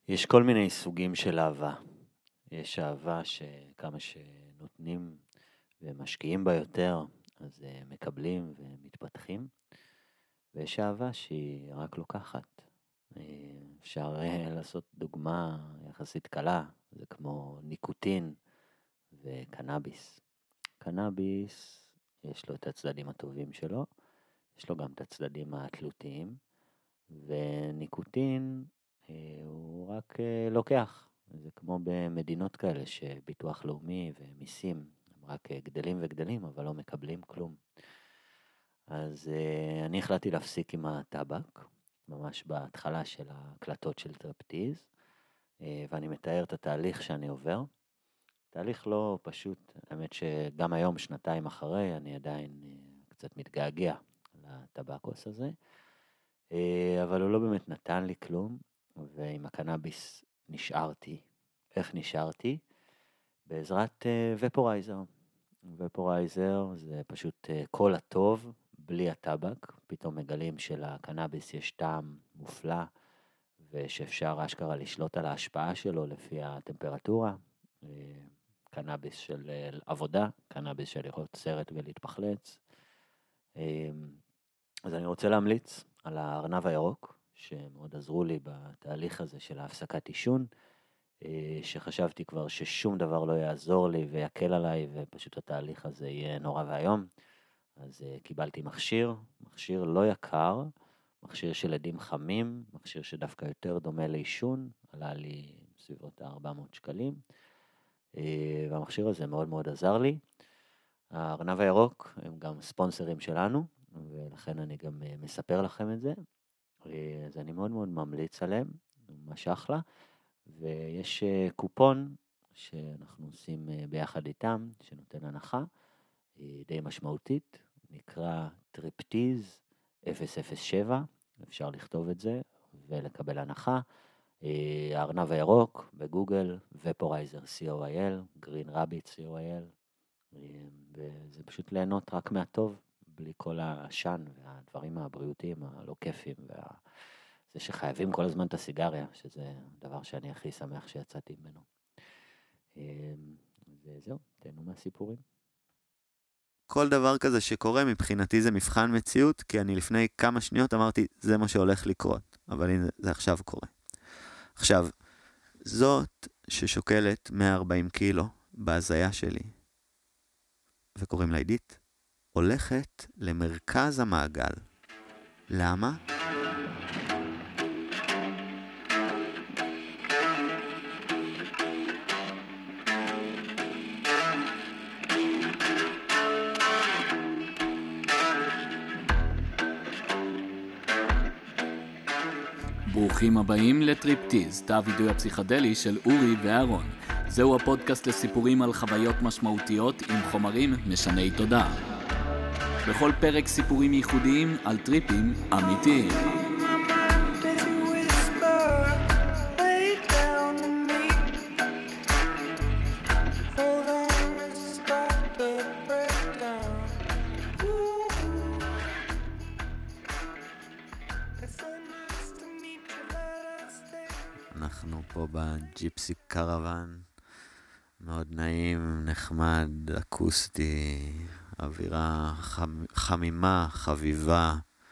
יש כל מיני סוגים של אהבה. יש אהבה שכמה שנותנים ומשקיעים בה יותר, אז מקבלים ומתפתחים, ויש אהבה שהיא רק לוקחת. אפשר לעשות דוגמה יחסית קלה, זה כמו ניקוטין וקנאביס. קנאביס, יש לו את הצדדים הטובים שלו, יש לו גם את הצדדים התלותיים, וניקוטין הוא רק לוקח. זה כמו במדינות כאלה שביטוח לאומי ומיסים הם רק גדלים וגדלים, אבל לא מקבלים כלום. אז אני החלטתי להפסיק עם הטבק, ממש בהתחלה של ההקלטות של טרפטיז, ואני מתאר את התהליך שאני עובר. תהליך לא פשוט, האמת שגם היום, שנתיים אחרי, אני עדיין קצת מתגעגע לטבקוס הזה, אבל הוא לא באמת נתן לי כלום, ועם הקנאביס נשארתי. איך נשארתי? בעזרת ופורייזר. ופורייזר זה פשוט כל הטוב, בלי הטבק. פתאום מגלים שלקנאביס יש טעם מופלא, ושאפשר אשכרה לשלוט על ההשפעה שלו לפי הטמפרטורה. קנאביס של עבודה, קנאביס של לראות סרט ולהתפחלץ. אז אני רוצה להמליץ על הארנב הירוק, שמאוד עזרו לי בתהליך הזה של ההפסקת עישון, שחשבתי כבר ששום דבר לא יעזור לי ויקל עליי, ופשוט התהליך הזה יהיה נורא והיום. אז קיבלתי מכשיר לא יקר, מכשיר של עדים חמים, מכשיר שדווקא יותר דומה לעישון, עלה לי סביבות 400 שקלים, והמכשיר הזה מאוד מאוד עזר לי. הארנב הירוק הם גם ספונסרים שלנו, ולכן אני גם מספר לכם את זה. אז אני מאוד מאוד ממליץ עליהם, ממש אחלה. ויש קופון שאנחנו עושים ביחד איתם, שנותן הנחה די משמעותית, נקרא טריפטיז 007, אפשר לכתוב את זה ולקבל הנחה. הארנב הירוק בגוגל, ופורייזר co.il, גרין רביט co.il, וזה פשוט ליהנות רק מהטוב, בלי כל העשן והדברים הבריאותיים הלא כיפים, זה שחייבים כל הזמן את הסיגריה, שזה דבר שאני הכי שמח שיצאתי ממנו. וזהו, תהנו מהסיפורים. כל דבר כזה שקורה מבחינתי זה מבחן מציאות, כי אני לפני כמה שניות אמרתי, זה מה שהולך לקרות, אבל הנה, זה עכשיו קורה. עכשיו, זאת ששוקלת 140 קילו בהזיה שלי, וקוראים לה עידית, הולכת למרכז המעגל. למה? ברוכים הבאים לטריפטיז, תא הווידוי הפסיכדלי של אורי ואהרון. זהו הפודקאסט לסיפורים על חוויות משמעותיות עם חומרים משני תודעה. בכל פרק סיפורים ייחודיים על טריפים אמיתיים. אנחנו פה בג'יפסי קרוון, מאוד נעים, נחמד, אקוסטי, אווירה חמימה, חביבה.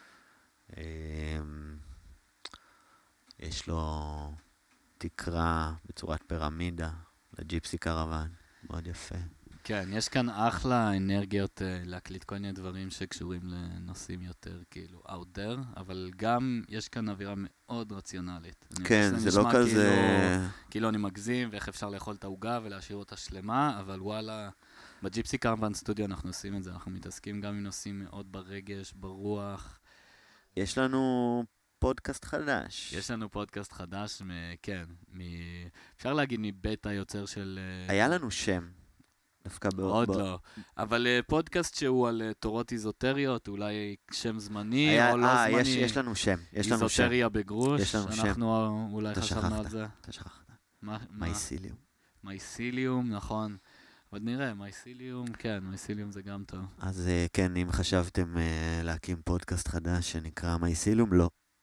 יש לו תקרה בצורת פירמידה לג'יפסי קרוון, מאוד יפה. כן, יש כאן אחלה אנרגיות להקליט כל מיני דברים שקשורים לנושאים יותר כאילו out there, אבל גם יש כאן אווירה מאוד רציונלית. כן, זה לא כזה... כאילו אני מגזים ואיך אפשר לאכול את העוגה ולהשאיר אותה שלמה, אבל וואלה, בג'יפסי קרוון סטודיו אנחנו עושים את זה, אנחנו מתעסקים גם עם נושאים מאוד ברגש, ברוח. יש לנו פודקאסט חדש. יש לנו פודקאסט חדש, כן, אפשר להגיד מבית היוצר של... היה לנו שם. עוד לא, אבל פודקאסט שהוא על תורות איזוטריות, אולי שם זמני או לא זמני. יש לנו שם, יש לנו שם. איזוטריה בגרוש, אנחנו אולי חשבנו על זה. אתה שכחת. מייסיליום. מייסיליום, נכון. עוד נראה, מייסיליום, כן, מייסיליום זה גם טוב. אז כן, אם חשבתם להקים פודקאסט חדש שנקרא מייסיליום, לא.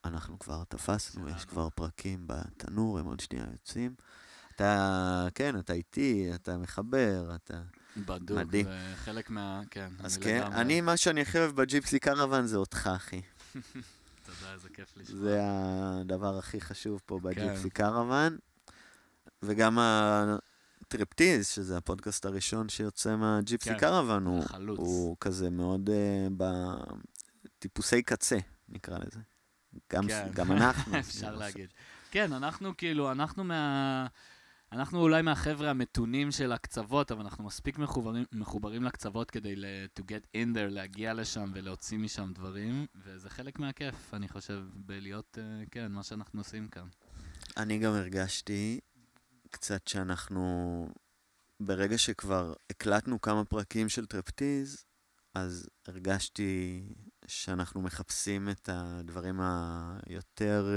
אנחנו כבר תפסנו, יש כבר פרקים בתנור, הם עוד שנייה יוצאים. אתה, כן, אתה איתי, אתה מחבר, אתה בדוק, מדהים. זה חלק כן. אז כן, מה שאני הכי אוהב בג'יפסי קרוון זה אותך, אחי. תודה, איזה כיף לשמוע. זה הדבר הכי חשוב פה בג'יפסי קרוון. וגם הטריפטיז, שזה הפודקאסט הראשון שיוצא מהג'יפסי קרוון, הוא כזה מאוד בטיפוסי קצה, נקרא לזה. גם אנחנו. אפשר להגיד. כן, אנחנו כאילו, אנחנו אולי מהחבר'ה המתונים של הקצוות, אבל אנחנו מספיק מחוברים לקצוות כדי to get in there, להגיע לשם ולהוציא משם דברים, וזה חלק מהכיף, אני חושב, בלהיות, כן, מה שאנחנו עושים כאן. אני גם הרגשתי קצת שאנחנו, ברגע שכבר הקלטנו כמה פרקים של טריפטיז, אז הרגשתי שאנחנו מחפשים את הדברים היותר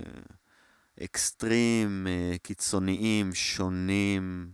אקסטרים, קיצוניים, שונים,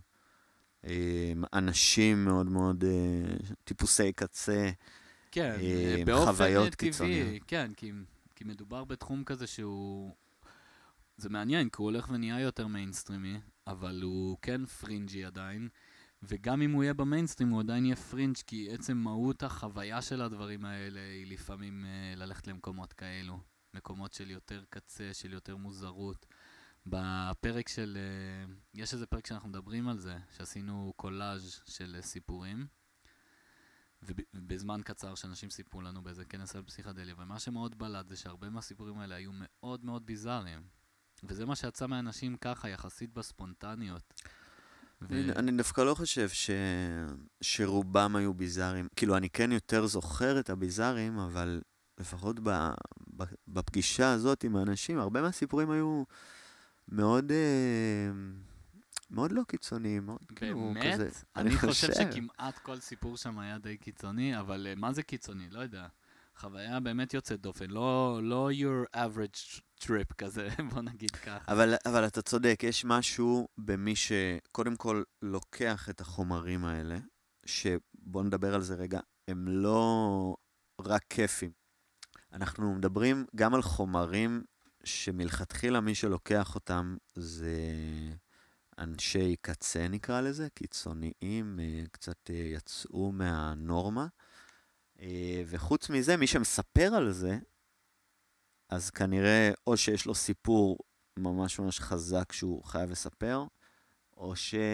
אנשים מאוד מאוד, טיפוסי קצה, כן, חוויות קיצוניות. כן, כי מדובר בתחום כזה שהוא, זה מעניין, כי הוא הולך ונהיה יותר מיינסטרימי, אבל הוא כן פרינג'י עדיין, וגם אם הוא יהיה במיינסטרים, הוא עדיין יהיה פרינג', כי עצם מהות החוויה של הדברים האלה היא לפעמים ללכת למקומות כאלו, מקומות של יותר קצה, של יותר מוזרות. בפרק של, יש איזה פרק שאנחנו מדברים על זה, שעשינו קולאז' של סיפורים, ובזמן קצר שאנשים סיפרו לנו באיזה כנס על פסיכדליה, ומה שמאוד בלט זה שהרבה מהסיפורים האלה היו מאוד מאוד ביזאריים, וזה מה שיצא מהאנשים ככה, יחסית בספונטניות. אני דווקא לא חושב שרובם היו ביזאריים, כאילו אני כן יותר זוכר את הביזאריים, אבל לפחות בפגישה הזאת עם האנשים, הרבה מהסיפורים היו מאוד מאוד לא קיצוניים, מאוד כאילו כזה. באמת? אני חושב שכמעט כל סיפור שם היה די קיצוני, אבל מה זה קיצוני? לא יודע. חוויה באמת יוצאת דופן, לא your average trip כזה, בוא נגיד ככה. אבל אתה צודק, יש משהו במי שקודם כל לוקח את החומרים האלה, שבוא נדבר על זה רגע, הם לא רק כיפים. אנחנו מדברים גם על חומרים שמלכתחילה מי שלוקח אותם זה אנשי קצה נקרא לזה, קיצוניים, קצת יצאו מהנורמה, וחוץ מזה מי שמספר על זה, אז כנראה או שיש לו סיפור ממש ממש חזק שהוא חייב לספר, או שהוא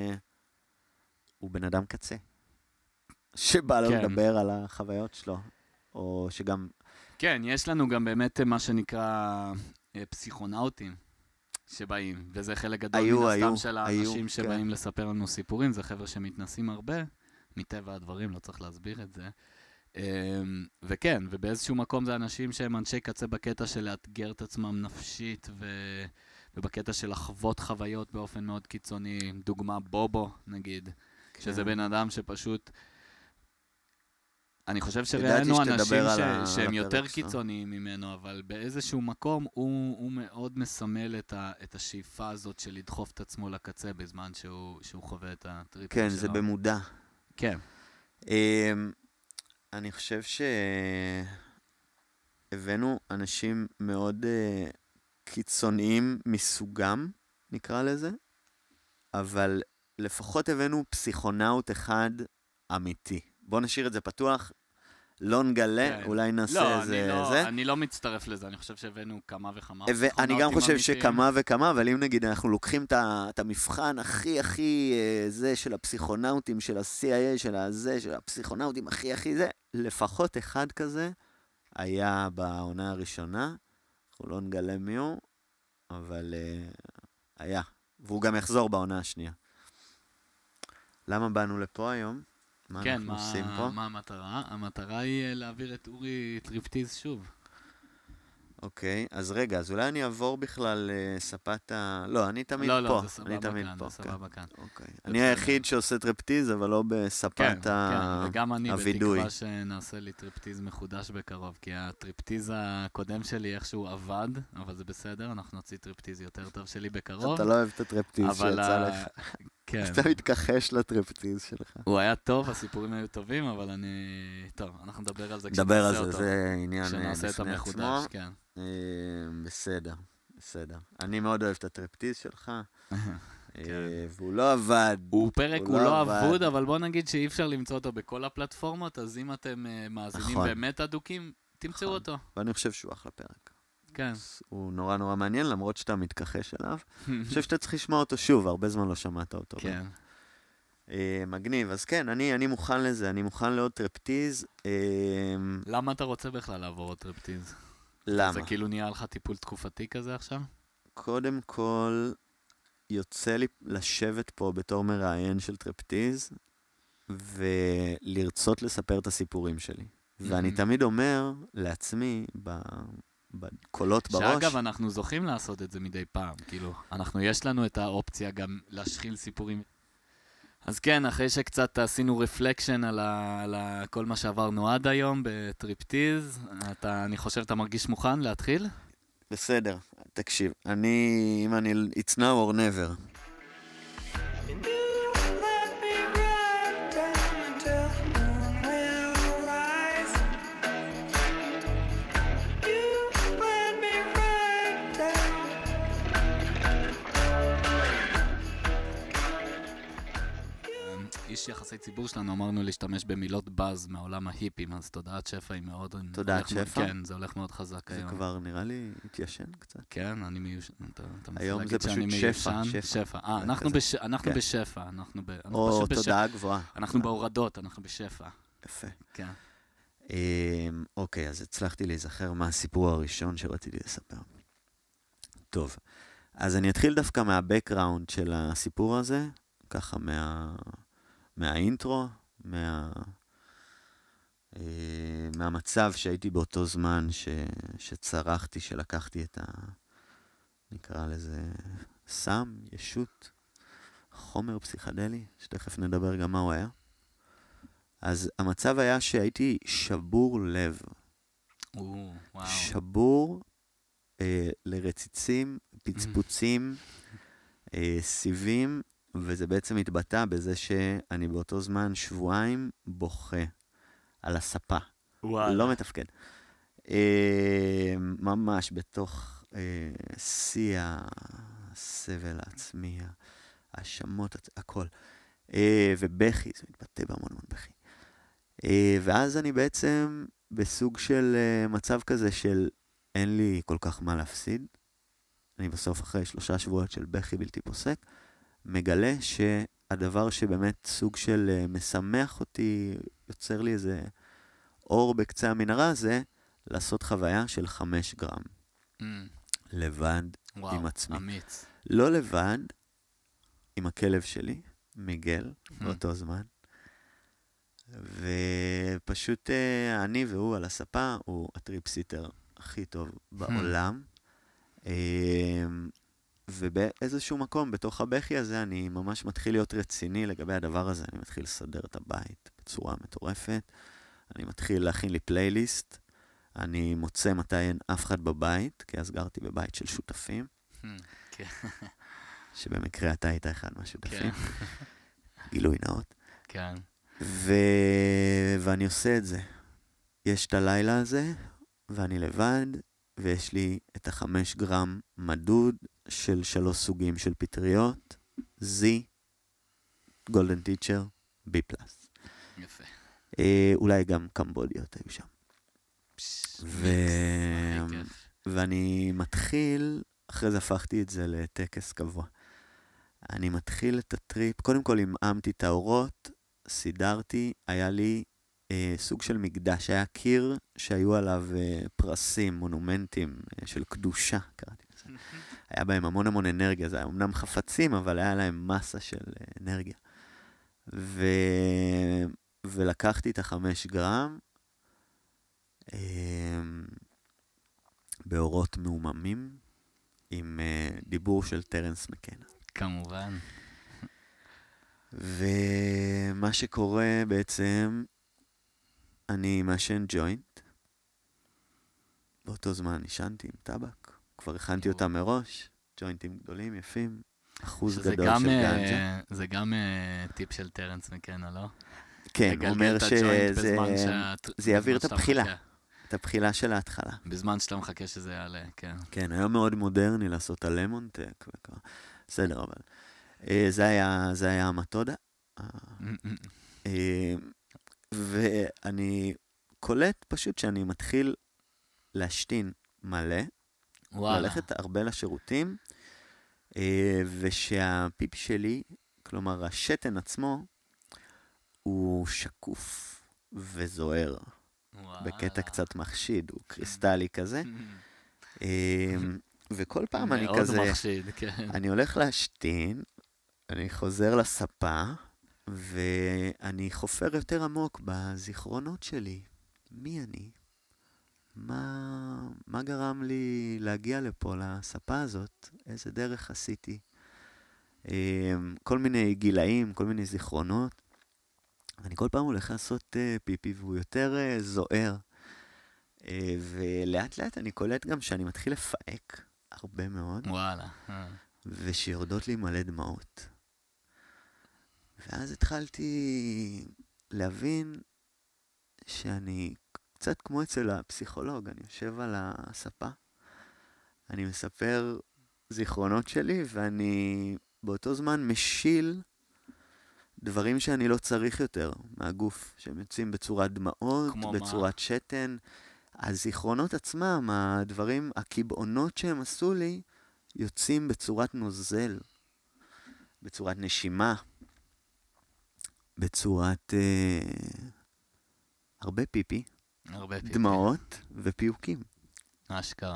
בן אדם קצה, שבא לו לדבר על החוויות שלו, או שגם... כן, יש לנו גם באמת מה שנקרא פסיכונאוטים שבאים, וזה חלק גדול מן הסתם של האנשים שבאים לספר לנו סיפורים, זה חבר'ה שמתנסים הרבה, מטבע הדברים, לא צריך להסביר את זה. וכן, ובאיזשהו מקום זה אנשים שהם אנשי קצה בקטע של לאתגר את עצמם נפשית, ובקטע של לחוות חוויות באופן מאוד קיצוני, דוגמה בובו נגיד, שזה בן אדם שפשוט... אני חושב שראינו אנשים שהם יותר קיצוניים ממנו, אבל באיזשהו מקום הוא מאוד מסמל את השאיפה הזאת של לדחוף את עצמו לקצה בזמן שהוא חווה את הטריפים שלו. כן, זה במודע. כן. אני חושב שהבאנו אנשים מאוד קיצוניים מסוגם, נקרא לזה, אבל לפחות הבאנו פסיכונאוט אחד אמיתי. בוא נשאיר את זה פתוח, לא נגלה, אולי נעשה איזה... אני לא מצטרף לזה, אני חושב שהבאנו כמה וכמה. אני גם חושב שכמה וכמה, אבל אם נגיד אנחנו לוקחים את המבחן הכי זה של הפסיכונאוטים, של ה-CIA, של הזה, של הפסיכונאוטים הכי זה, לפחות אחד כזה היה בעונה הראשונה, אנחנו לא נגלה מי הוא, אבל היה, והוא גם יחזור בעונה השנייה. למה באנו לפה היום? כן, מה המטרה? המטרה היא להעביר את אורי טריפטיז שוב. אוקיי, אז רגע, אז אולי אני אעבור בכלל לספת ה... לא, אני תמיד פה. לא, זה סבבה כאן. אוקיי. אני היחיד שעושה טריפטיז, אבל לא בספת הווידוי. וגם אני בתקווה שנעשה לי טריפטיז מחודש בקרוב, כי הטריפטיז הקודם שלי איכשהו עבד, אבל זה בסדר, אנחנו נוציא טריפטיז יותר טוב שלי בקרוב. אתה לא אוהב את הטריפטיז שיצא לך. כן. אתה מתכחש לטרפטיז שלך. הוא היה טוב, הסיפורים היו טובים, אבל טוב, אנחנו נדבר על זה נדבר על כשנעשה זה, אותו. זה עניין כשנעשה את בפני המחודש, עצמו. כן. בסדר, בסדר. אני מאוד אוהב את הטרפטיז שלך, כן. והוא לא עבד. הוא לא אבוד, אבל בוא נגיד שאי אפשר למצוא אותו בכל הפלטפורמות, אז אם אתם מאזינים נכון. באמת אדוקים, תמצאו נכון. אותו. ואני חושב שהוא אחלה פרק. כן. הוא נורא נורא מעניין, למרות שאתה מתכחש אליו. אני חושב שאתה צריך לשמוע אותו שוב, הרבה זמן לא שמעת אותו. כן. מגניב, אז כן, אני מוכן לזה, אני מוכן לעוד טרפטיז. למה אתה רוצה בכלל לעבור עוד טרפטיז? למה? זה כאילו נהיה לך טיפול תקופתי כזה עכשיו? קודם כל, יוצא לי לשבת פה בתור מראיין של טרפטיז, ולרצות לספר את הסיפורים שלי. ואני תמיד אומר לעצמי, בקולות בראש... שאגב, אנחנו זוכים לעשות את זה מדי פעם, כאילו, יש לנו את האופציה גם להשחיל סיפורים. אז כן, אחרי שקצת עשינו רפלקשן על כל מה שעברנו עד היום בטריפטיז, אני חושב אתה מרגיש מוכן להתחיל? בסדר, תקשיב, it's now or never. איש יחסי ציבור שלנו אמרנו להשתמש במילות באז מעולם ההיפים, אז תודעת שפע היא מאוד... תודעת שפע? כן, זה הולך מאוד חזק היום. זה כבר נראה לי התיישן קצת. כן, אני מיושן. היום זה פשוט שפע. שפע. אנחנו בשפע. או תודעה גבוהה. אנחנו בהורדות, אנחנו בשפע. יפה. כן. אוקיי, אז הצלחתי להיזכר מה הסיפור הראשון שרציתי לספר. טוב, אז אני אתחיל דווקא מהבקראונד של הסיפור הזה, ככה מהאינטרו, מהמצב שהייתי באותו זמן שצרחתי, שלקחתי את נקרא לזה סם, ישות, חומר פסיכדלי, שתכף נדבר גם מה הוא היה. אז המצב היה שהייתי שבור לב. וואו. שבור לרציצים, פצפוצים, סיבים, וזה בעצם התבטא בזה שאני באותו זמן שבועיים בוכה על הספה. וואלה. לא מתפקד. ממש בתוך שיא הסבל העצמי, האשמות, הכל. ובכי, זה מתבטא בהמון המון בכי. ואז אני בעצם בסוג של מצב כזה של אין לי כל כך מה להפסיד. אני בסוף אחרי 3 שבועות של בכי בלתי פוסק, מגלה שהדבר שבאמת סוג של משמח אותי, יוצר לי איזה אור בקצה המנהרה, זה לעשות חוויה של 5 גרם. לבד עם עצמי. אמיץ. לא לבד, עם הכלב שלי, מיגל, באותו זמן. ופשוט אני והוא על הספה, הוא הטריפסיטר הכי טוב בעולם. ובאיזשהו מקום, בתוך הבכי הזה, אני ממש מתחיל להיות רציני לגבי הדבר הזה. אני מתחיל לסדר את הבית בצורה מטורפת. אני מתחיל להכין לי פלייליסט. אני מוצא מתי אין אף אחד בבית, כי אז גרתי בבית של שותפים. שבמקרה אתה היית אחד מהשותפים. גילוי נאות. כן. ואני עושה את זה. יש את הלילה הזה, ואני לבד, ויש לי את 5 גרם מדוד של 3 סוגים של פטריות, Z, גולדן טיצ'ר, B+. יפה. אולי גם קמבודיות היו שם. ואני מתחיל, אחרי זה הפכתי את זה לטקס קבוע. אני מתחיל את הטריפ, קודם כל המעמתי את האורות, סידרתי, היה לי סוג של מקדש, היה קיר שהיו עליו פרסים, מונומנטים של קדושה, קראתי לזה. היה בהם המון המון אנרגיה, זה היה אמנם חפצים, אבל היה להם מסה של אנרגיה. ולקחתי את 5 גרם, באורות מאוממים, עם דיבור של טרנס מקנה. כמובן. ומה שקורה בעצם, אני מעשן ג'וינט. באותו זמן נשנתי עם טבק. כבר הכנתי אותם מראש. ג'וינטים גדולים, יפים. אחוז שזה גדול גם, של גנג'ה. זה גם טיפ של טרנס מקנה, לא? כן, הוא אומר שזה יעביר את הבחילה. מחכה. את הבחילה של ההתחלה. בזמן שאתה מחכה שזה יעלה, כן. כן, היה מאוד מודרני לעשות את הלמונטק וככה. בסדר, אבל זה היה המתודה. ואני קולט פשוט שאני מתחיל להשתין מלא, ללכת הרבה לשירותים, ושהפיפ שלי, כלומר השתן עצמו, הוא שקוף וזוהר. בקטע קצת מחשיד, הוא קריסטלי כזה. וכל פעם אני כזה, מאוד מחשיד, כן. אני הולך להשתין, אני חוזר לספה, ואני חופר יותר עמוק בזיכרונות שלי. מי אני? מה גרם לי להגיע לפה, לספה הזאת? איזה דרך עשיתי? כל מיני גילאים, כל מיני זיכרונות. אני כל פעם הולך לעשות פיפי, והוא יותר זוהר. ולאט לאט אני קולט גם שאני מתחיל לפעק הרבה מאוד. וואלה. ושיורדות לי מלא דמעות. ואז התחלתי להבין שאני קצת כמו אצל הפסיכולוג, אני יושב על הספה, אני מספר זיכרונות שלי, ואני באותו זמן משיל דברים שאני לא צריך יותר מהגוף, שהם יוצאים בצורת דמעות, בצורת שתן. הזיכרונות עצמם, הדברים, הקבעונות שהם עשו לי, יוצאים בצורת נוזל, בצורת נשימה, בצורת הרבה פיפי, דמעות ופיוקים. אשכרה.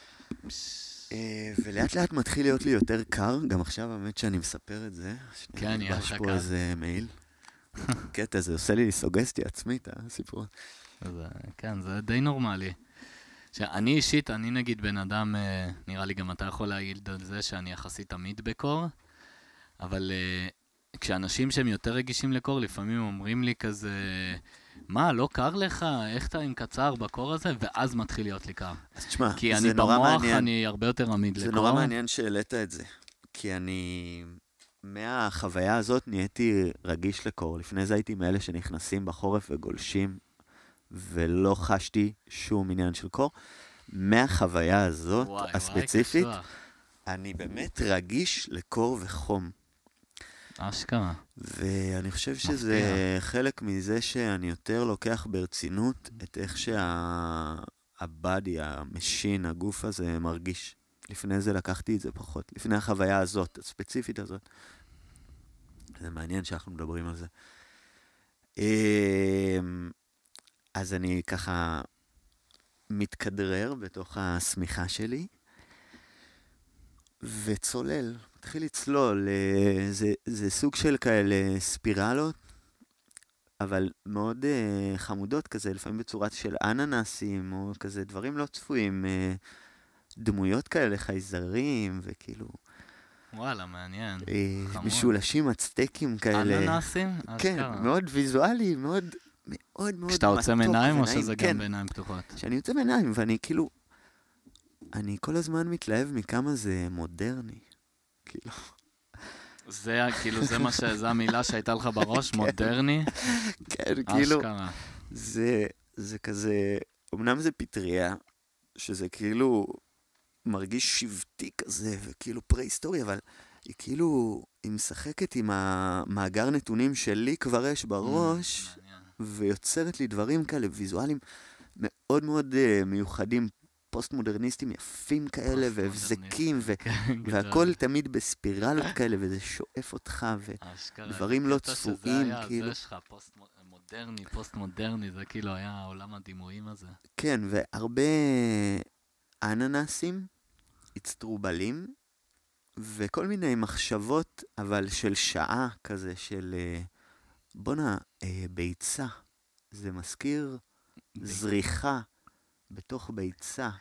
ולאט לאט מתחיל להיות לי יותר קר, גם עכשיו האמת שאני מספר את זה. כן, יש פה איזה מייל. קטע, זה עושה לי סוגסטיה עצמית, הסיפור. כן, זה די נורמלי. שאני אישית, אני נגיד בן אדם, נראה לי גם אתה יכול להעיד על זה שאני יחסית תמיד בקור, אבל כשאנשים שהם יותר רגישים לקור, לפעמים אומרים לי כזה, מה, לא קר לך? איך אתה עם קצר בקור הזה? ואז מתחיל להיות לי קר. אז תשמע, כי אני במוח, אני הרבה יותר עמיד לקור. זה נורא מעניין שהעלית את זה. כי אני, מהחוויה הזאת נהייתי רגיש לקור. לפני זה הייתי מאלה שנכנסים בחורף וגולשים, ולא חשתי שום עניין של קור. מהחוויה הזאת, הספציפית, אני באמת רגיש לקור וחום. אשכרה. ואני חושב שזה חלק מזה שאני יותר לוקח ברצינות את איך שהבאדי, המשין, הגוף הזה מרגיש. לפני זה לקחתי את זה פחות. לפני החוויה הזאת, הספציפית הזאת. זה מעניין שאנחנו מדברים על זה. אז אני ככה מתכדרר בתוך הסמיכה שלי, וצולל, מתחיל לצלול, זה סוג של כאלה ספירלות, אבל מאוד חמודות כזה, לפעמים בצורת של אננסים, או כזה דברים לא צפויים, דמויות כאלה, חייזרים, וכאילו... וואלה, מעניין. משולשים אצטקים כאלה. אננסים? כן, מאוד ויזואלי, מאוד מאוד מאוד... כשאתה עוצם עיניים או שזה גם בעיניים פתוחות? כשאני עוצם עיניים, ואני כאילו... אני כל הזמן מתלהב מכמה זה מודרני. כאילו... זה כאילו, זה המילה שהייתה לך בראש, מודרני? כן, כאילו... אשכרה. זה כזה... אמנם זה פטריה, שזה כאילו מרגיש שבטי כזה, וכאילו פרה-היסטורי, אבל היא כאילו... היא משחקת עם המאגר נתונים שלי כבר יש בראש, ויוצרת לי דברים כאלה, ויזואלים מאוד מאוד מיוחדים, פוסט-מודרניסטים יפים כאלה, והבזקים, והכל תמיד בספירלות כאלה, וזה שואף אותך, ודברים לא צפויים, כאילו. זה שלך, פוסט-מודרני, פוסט-מודרני, זה כאילו היה עולם הדימויים הזה. כן, והרבה אננסים, הצטרובלים, וכל מיני מחשבות, אבל של שעה כזה, של בונה, ביצה. זה מזכיר זריחה בתוך ביצה.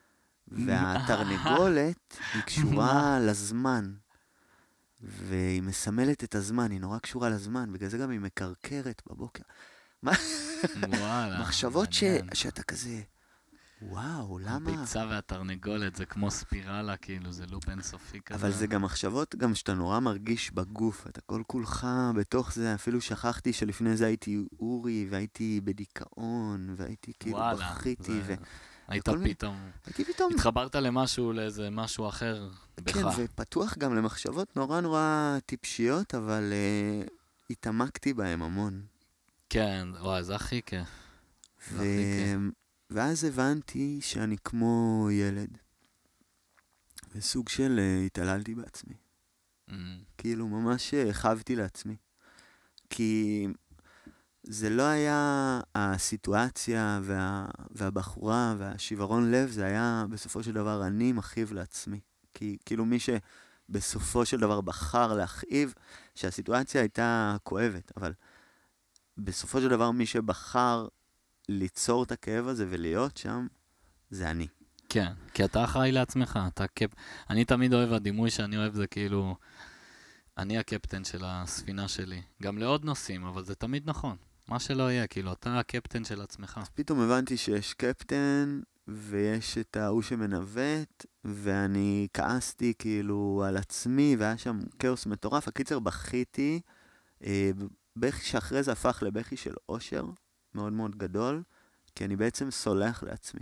והתרנגולת היא קשורה לזמן. והיא מסמלת את הזמן, היא נורא קשורה לזמן, בגלל זה גם היא מקרקרת בבוקר. וואלה. מחשבות שאתה כזה... וואו, למה? הביצה והתרנגולת, זה כמו ספירלה, כאילו, זה לופ אינסופי כזה. אבל זה גם מחשבות, גם שאתה נורא מרגיש בגוף, אתה כל כולך בתוך זה, אפילו שכחתי שלפני זה הייתי אורי, והייתי בדיכאון, והייתי כאילו וואלה, בכיתי, היית וכל מיני- פתאום, הייתי פתאום, התחברת למשהו, לאיזה משהו אחר בך. כן, ופתוח גם למחשבות נורא נורא טיפשיות, אבל התעמקתי בהם המון. כן, וואי, זה הכי כיף. ו... זה הכי כיף. ואז הבנתי שאני כמו ילד, וסוג של התעללתי בעצמי. כאילו ממש חבתי לעצמי. כי זה לא היה הסיטואציה והבחורה והשברון לב, זה היה בסופו של דבר אני מכאיב לעצמי. כי כאילו מי שבסופו של דבר בחר להכאיב, שהסיטואציה הייתה כואבת, אבל בסופו של דבר מי שבחר ליצור את הכאב הזה ולהיות שם, זה אני. כן, כי אתה אחראי לעצמך, אני תמיד אוהב, הדימוי שאני אוהב זה כאילו, אני הקפטן של הספינה שלי. גם לעוד נושאים, אבל זה תמיד נכון. מה שלא יהיה, כאילו, אתה הקפטן של עצמך. פתאום הבנתי שיש קפטן, ויש את ההוא שמנווט, ואני כעסתי כאילו על עצמי, והיה שם כאוס מטורף. הקיצר בכיתי, בכי שאחרי זה הפך לבכי של אושר, מאוד מאוד גדול, כי אני בעצם סולח לעצמי.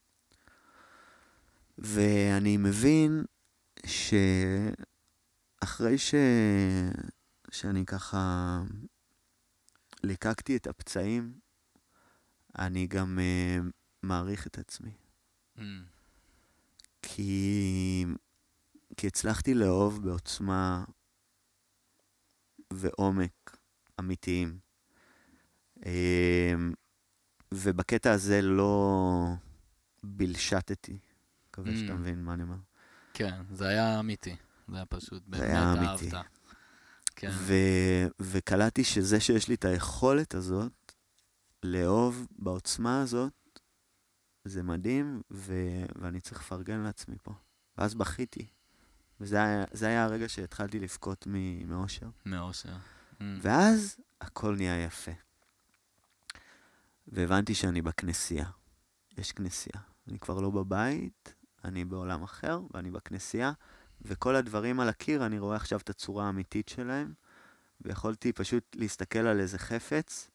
ואני מבין שאחרי שאני ככה ליקקתי את הפצעים, אני גם מעריך את עצמי. כי הצלחתי לאהוב בעוצמה ועומק אמיתיים. ובקטע הזה לא בלשתתי. מקווה שאתה מבין מה אני אומר. כן, זה היה אמיתי. זה היה פשוט, באמת היה אמיתי. אהבת. כן. וקלטתי שזה שיש לי את היכולת הזאת, לאהוב בעוצמה הזאת, זה מדהים, ואני צריך לפרגן לעצמי פה. ואז בכיתי. וזה היה הרגע שהתחלתי לבכות מאושר. מאושר. ואז הכל נהיה יפה. והבנתי שאני בכנסייה. יש כנסייה. אני כבר לא בבית, אני בעולם אחר, ואני בכנסייה, וכל הדברים על הקיר, אני רואה עכשיו את הצורה האמיתית שלהם, ויכולתי פשוט להסתכל על איזה חפץ,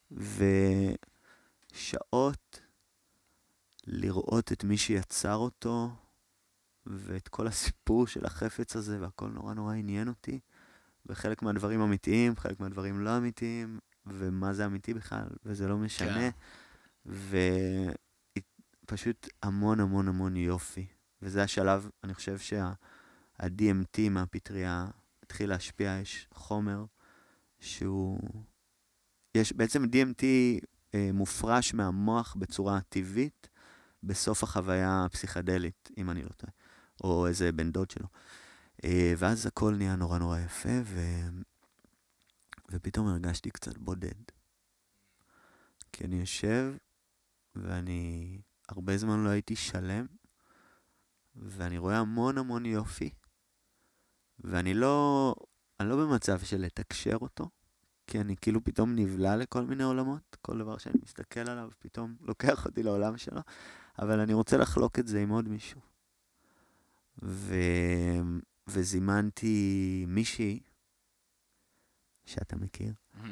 ושעות לראות את מי שיצר אותו, ואת כל הסיפור של החפץ הזה, והכל נורא נורא עניין אותי, וחלק מהדברים אמיתיים, חלק מהדברים לא אמיתיים, ומה זה אמיתי בכלל, וזה לא משנה, ופשוט המון המון המון יופי. וזה השלב, אני חושב שה-DMT מהפטריה התחיל להשפיע, יש חומר בעצם DMT מופרש מהמוח בצורה טבעית, בסוף החוויה הפסיכדלית, אם אני לא טועה, או איזה בן דוד שלו. ואז הכל נהיה נורא נורא יפה, ופתאום הרגשתי קצת בודד. כי אני יושב, ואני הרבה זמן לא הייתי שלם, ואני רואה המון המון יופי, ואני לא במצב של לתקשר אותו, כי אני כאילו פתאום נבלה לכל מיני עולמות, כל דבר שאני מסתכל עליו פתאום לוקח אותי לעולם שלו, אבל אני רוצה לחלוק את זה עם עוד מישהו. וזימנתי מישהי, שאתה מכיר,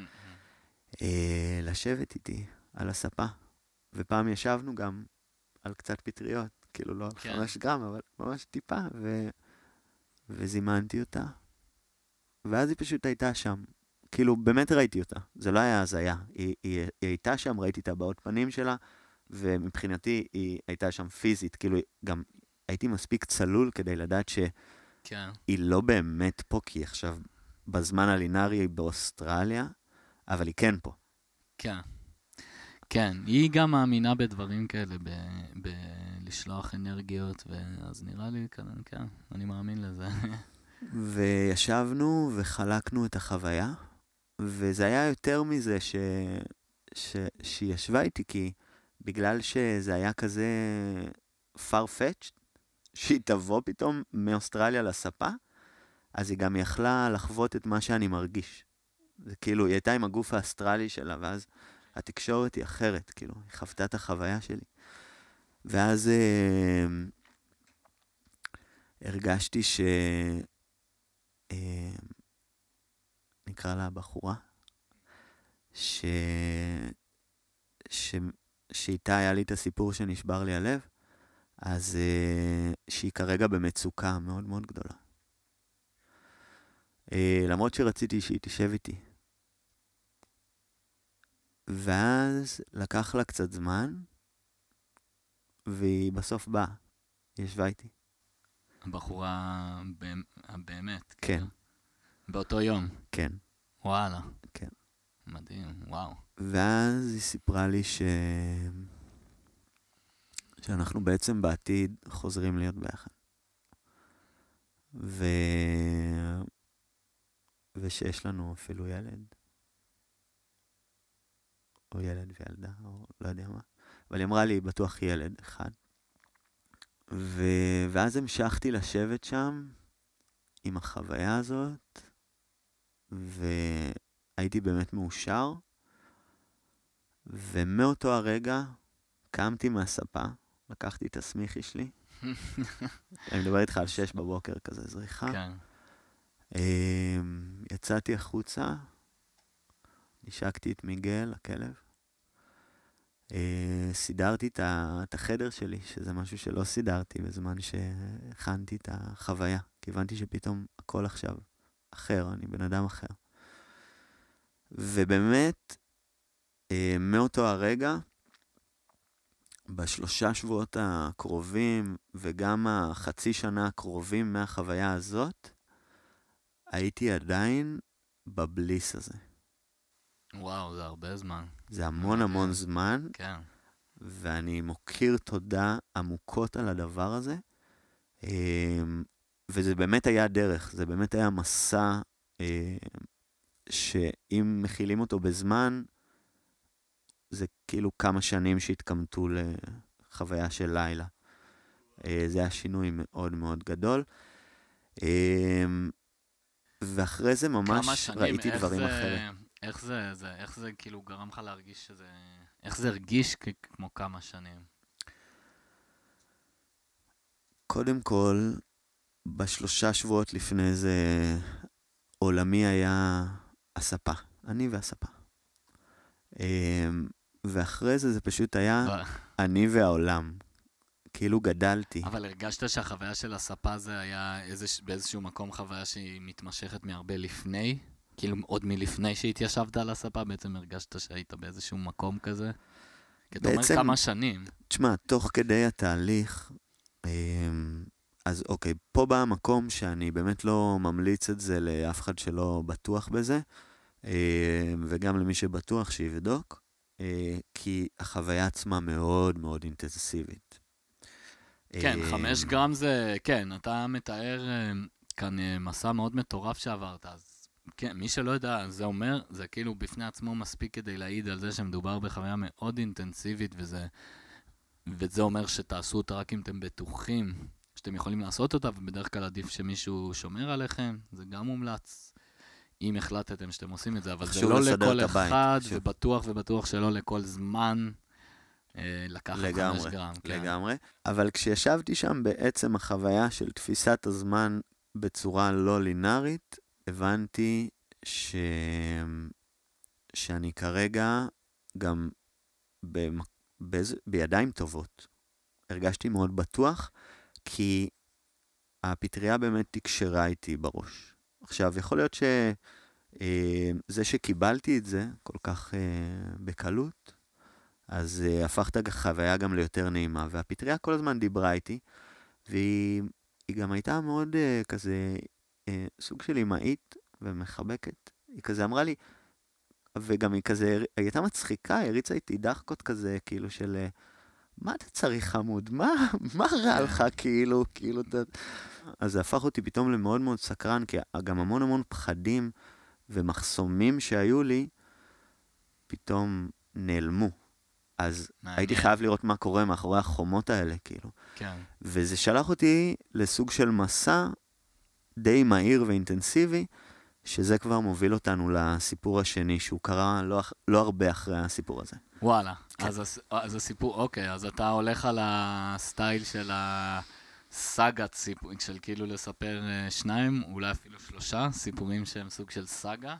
לשבת איתי על הספה, ופעם ישבנו גם על קצת פטריות, כאילו לא 5 גרם, אבל ממש טיפה, וזימנתי אותה, ואז היא פשוט הייתה שם, כאילו באמת ראיתי אותה, זה לא היה הזיה, היא הייתה שם, ראיתי את הבעות פנים שלה, ומבחינתי היא הייתה שם פיזית, כאילו גם הייתי מספיק צלול כדי לדעת שהיא לא באמת פה, כי היא עכשיו בזמן הלינארי באוסטרליה, אבל היא כן פה. כן. כן, היא גם מאמינה בדברים כאלה, בלשלוח אנרגיות, אז נראה לי, כן, אני מאמין לזה. וישבנו וחלקנו את החוויה, וזה היה יותר מזה שהיא ישבה איתי, כי בגלל שזה היה כזה farfetched, שהיא תבוא פתאום מאוסטרליה לספה, אז היא גם יכלה לחוות את מה שאני מרגיש. זה כאילו, היא הייתה עם הגוף האסטרלי שלה, ואז התקשורת היא אחרת, כאילו, היא חוותה את החוויה שלי. ואז הרגשתי נקרא לה בחורה, שאיתה היה לי את הסיפור שנשבר לי הלב, אז שהיא כרגע במצוקה מאוד מאוד גדולה. למרות שרציתי שהיא תשב איתי. ואז לקח לה קצת זמן, והיא בסוף באה, היא ישבה איתי. הבחורה באמת. כן. כאילו. באותו יום. כן. וואלה. כן. מדהים, וואו. ואז היא סיפרה לי שאנחנו בעצם בעתיד חוזרים להיות ביחד. ושיש לנו אפילו ילד. או ילד וילדה, או לא יודע מה. אבל היא אמרה לי, בטוח ילד אחד. ואז המשכתי לשבת שם עם החוויה הזאת, והייתי באמת מאושר, ומאותו הרגע קמתי מהספה, לקחתי את הסמיכי שלי, אני מדבר איתך על 6 בבוקר כזה זריחה, כן. יצאתי החוצה, נשקתי את מיגל, הכלב, סידרתי את החדר שלי, שזה משהו שלא סידרתי בזמן שהכנתי את החוויה, כי הבנתי שפתאום הכל עכשיו אחר, אני בן אדם אחר. ובאמת, מאותו הרגע, ב3 שבועות הקרובים, וגם החצי שנה הקרובים מהחוויה הזאת, הייתי עדיין בבליס הזה. וואו, זה הרבה זמן. זה המון המון זמן, כן. ואני מוקיר תודה עמוקות על הדבר הזה, וזה באמת היה דרך, זה באמת היה מסע, שאם מכילים אותו בזמן, זה כאילו כמה שנים שהתקמתו לחוויה של לילה. זה היה שינוי מאוד מאוד גדול. ואחרי זה ממש ראיתי דברים אחרת. איך זה כאילו גרם לך להרגיש שזה... איך זה הרגיש כמו כמה שנים? קודם כל, ב3 שבועות לפני זה, עולמי היה הספה. אני והספה. ואחרי זה פשוט היה אני והעולם. כאילו גדלתי. אבל הרגשת שהחוויה של הספה זה היה באיזשהו מקום חוויה שהיא מתמשכת מהרבה לפני? כאילו עוד מלפני שהתיישבת על הספה, בעצם הרגשת שהיית באיזשהו מקום כזה? כי אתה אומר כמה שנים. תשמע, תוך כדי התהליך, אז אוקיי, פה בא המקום שאני באמת לא ממליץ את זה לאף אחד שלא בטוח בזה, וגם למי שבטוח שיבדוק, כי החוויה עצמה מאוד מאוד אינטנסיבית. כן, 5 גרם זה, כן, אתה מתאר כאן מסע מאוד מטורף שעברת, אז כן, מי שלא יודע, זה אומר, זה כאילו בפני עצמו מספיק כדי להעיד על זה שמדובר בחוויה מאוד אינטנסיבית, וזה אומר שתעשו אותה רק אם אתם בטוחים שאתם יכולים לעשות אותה, ובדרך כלל עדיף שמישהו שומר עליכם, זה גם מומלץ. אם החלטתם שאתם עושים את זה, אבל זה לא לכל אחד, ובטוח שלא לכל זמן לקחת 5 גרם. לגמרי. אבל כשישבתי שם בעצם החוויה של תפיסת הזמן בצורה לא לינארית, הבנתי שאני כרגע גם בידיים טובות. הרגשתי מאוד בטוח, כי הפטריה באמת תקשרה איתי בראש. עכשיו, יכול להיות שזה שקיבלתי את זה כל כך בקלות, אז הפך את החוויה גם ליותר נעימה, והפטריה כל הזמן דיברה איתי, והיא גם הייתה מאוד כזה סוג של אמהית ומחבקת. היא כזה אמרה לי, וגם היא כזה, היא הייתה מצחיקה, הריצה איתי דחקות כזה, כאילו של, מה אתה צריך חמוד? מה רע לך כאילו? אז זה הפך אותי פתאום למאוד מאוד סקרן, כי גם המון פחדים ומחסומים שהיו לי, פתאום נעלמו. אז הייתי חייב לראות מה קורה מאחורי החומות האלה, כאילו. כן. וזה שלח אותי לסוג של מסע די מהיר ואינטנסיבי, שזה כבר מוביל אותנו לסיפור השני, שהוא קרה לא הרבה אחרי הסיפור הזה. וואלה. אז הסיפור, אוקיי, אז אתה הולך על הסטייל של הסאגת סיפור, של כאילו לספר 2, אולי אפילו 3 סיפורים שהם סוג של סאגה?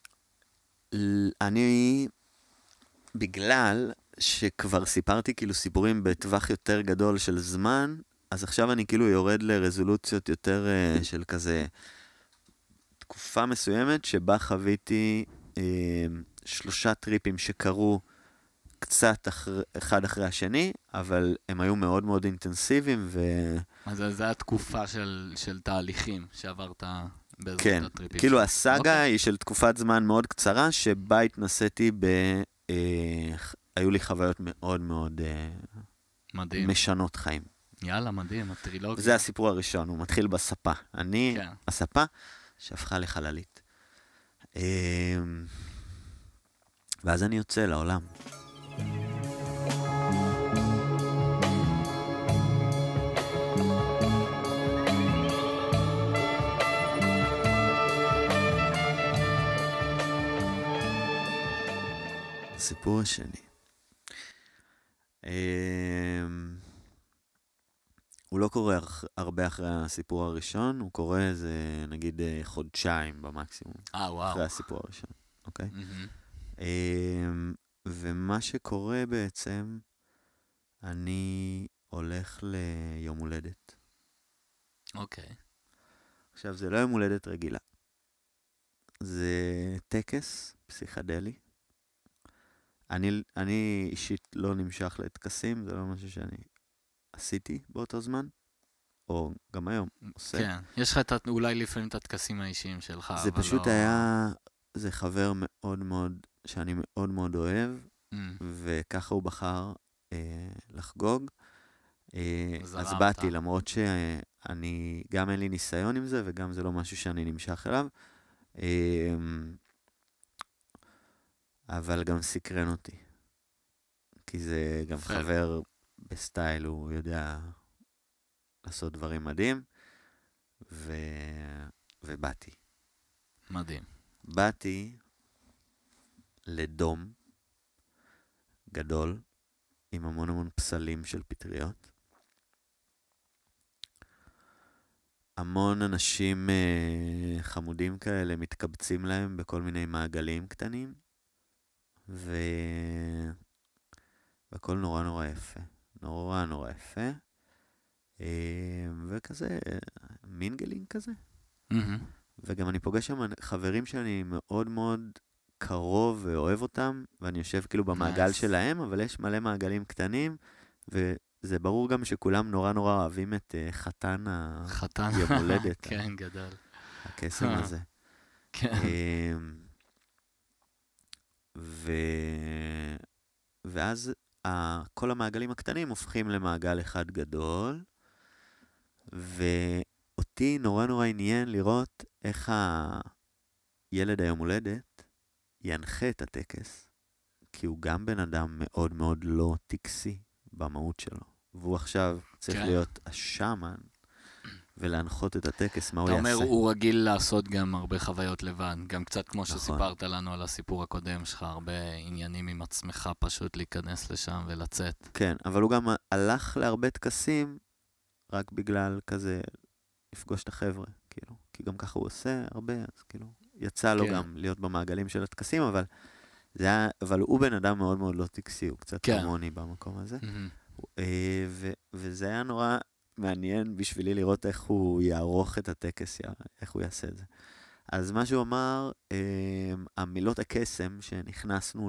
אני, בגלל שכבר סיפרתי כאילו סיפורים בטווח יותר גדול של זמן, אז עכשיו אני כאילו יורד לרזולוציות יותר של כזה תקופה מסוימת שבה חוויתי 3 טריפים שקרו קצת אחד אחרי השני, אבל הם היו מאוד מאוד אינטנסיביים אז זה התקופה של תהליכים שעברת באזור כן, הטריפים. כאילו הסאגה היא של תקופת זמן מאוד קצרה, שבה התנסיתי היו לי חוויות מאוד מאוד מדהים. משנות חיים. יאללה, מדהים, הטרילוגיה. זה הסיפור הראשון, הוא מתחיל בספה. אני, כן. הספה שהפכה לחללית. ואז אני יוצא לעולם. הסיפור השני. הוא לא קורה הרבה אחרי הסיפור הראשון, הוא קורה איזה נגיד חודשיים במקסימום. וואו. אחרי הסיפור הראשון, אוקיי? Mm-hmm. ומה שקורה בעצם, אני הולך ליום הולדת. אוקיי. עכשיו, זה לא יום הולדת רגילה. זה טקס פסיכדלי. אני אישית לא נמשך לטקסים, זה לא משהו שאני עשיתי באותו זמן, או גם היום עושה. כן, יש לך אולי לפעמים את הטקסים האישיים שלך, זה פשוט היה, זה חבר מאוד מאוד, שאני מאוד מאוד אוהב, וככה הוא בחר לחגוג. אז באתי, למרות שאני, גם אין לי ניסיון עם זה, וגם זה לא משהו שאני נמשך אליו. אבל גם סקרן אותי. כי זה גם חבר בסטייל, הוא יודע לעשות דברים מדהים, ובאתי. מדהים. באתי לדום גדול, עם המון המון פסלים של פטריות. המון אנשים חמודים כאלה מתקבצים להם בכל מיני מעגלים קטנים, והכל נורא נורא יפה. נורא נורא יפה. וכזה, מינגלינג כזה. וגם אני פוגש שם חברים שאני מאוד מאוד קרוב ואוהב אותם, ואני יושב כאילו במעגל שלהם, אבל יש מלא מעגלים קטנים, וזה ברור גם שכולם נורא נורא אוהבים את חתן היום הולדת. כן, גדול. הקסם הזה. כן. ואז כל המעגלים הקטנים הופכים למעגל אחד גדול, ואותי נורא נורא עניין לראות איך הילד היום הולדת ינחה את הטקס, כי הוא גם בן אדם מאוד מאוד לא טקסי במהות שלו, והוא עכשיו צריך להיות השמן ולהנחות את הטקס, מה הוא יעשה. אתה אומר, הוא רגיל לעשות גם הרבה חוויות לבד, גם קצת כמו שסיפרת לנו על הסיפור הקודם שלך, הרבה עניינים עם עצמך פשוט להיכנס לשם ולצאת. כן, אבל הוא גם הלך להרבה טקסים, רק בגלל כזה לפגוש את החבר'ה, כאילו, כי גם ככה הוא עושה הרבה, אז כאילו, יצא לו גם להיות במעגלים של הטקסים, אבל הוא בן אדם מאוד מאוד לא טקסי, הוא קצת כמוני במקום הזה, וזה היה נורא מעניין בשבילי לראות איך הוא יערוך את הטקס, איך הוא יעשה את זה. אז מה שהוא אמר, המילות הקסם שנכנסנו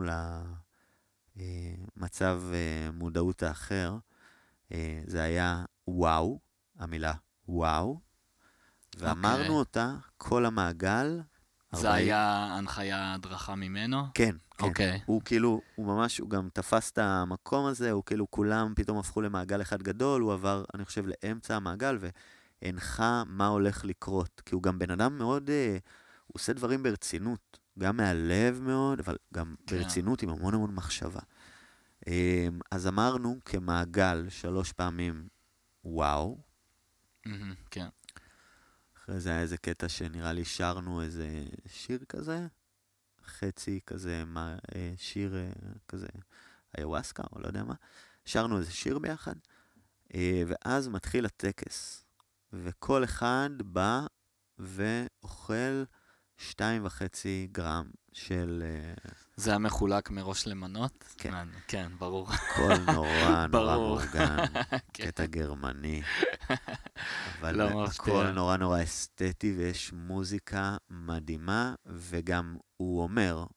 למצב מודעות האחר, זה היה וואו, המילה וואו, ואמרנו אותה כל המעגל. זה היה הנחיה הדרכה ממנו? כן, כן. אוקיי. הוא כאילו, הוא ממש, הוא גם תפס את המקום הזה, הוא כאילו כולם פתאום הפכו למעגל אחד גדול, הוא עבר, אני חושב, לאמצע המעגל, והנחה מה הולך לקרות, כי הוא גם בן אדם מאוד, הוא עושה דברים ברצינות, גם מהלב מאוד, אבל גם ברצינות עם המון המון מחשבה. אז אמרנו כמעגל 3 פעמים וואו. כן. אחרי זה היה איזה קטע שנראה לי שרנו איזה שיר כזה, חצי כזה, שיר כזה, איוואסקה, או לא יודע מה, שרנו איזה שיר ביחד, ואז מתחיל הטקס, וכל אחד בא ואוכל 2.5 גרם של... זה היה מחולק מראש למנות? כן. כן, ברור. הכל נורא נורא מאורגן, קטע גרמני. אבל הכל נורא נורא אסתטי, ויש מוזיקה מדהימה, וגם הוא אומר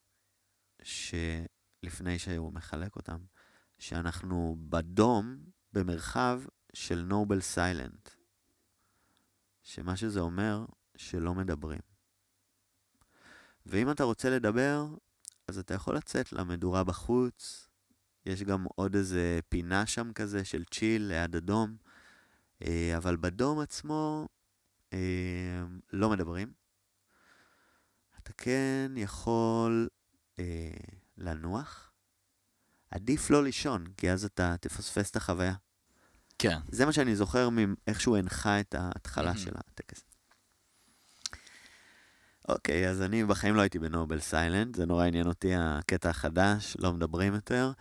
שלפני שהוא מחלק אותם, שאנחנו בדום, במרחב של נובל סיילנט. שמה שזה אומר, שלא מדברים. ואם אתה רוצה לדבר, אז אתה יכול לצאת למדורה בחוץ, יש גם עוד איזה פינה שם כזה של צ'יל ליד הדום, אבל בדום עצמו לא מדברים. אתה כן יכול לנוח. עדיף לא לישון, כי אז אתה תפספס את החוויה. כן. זה מה שאני זוכר מאיך שהוא הנחה את ההתחלה של הטקס. אוקיי, אז אני בחיים לא הייתי בנובל סיילנט, זה נורא עניין אותי הקטע החדש, לא מדברים יותר,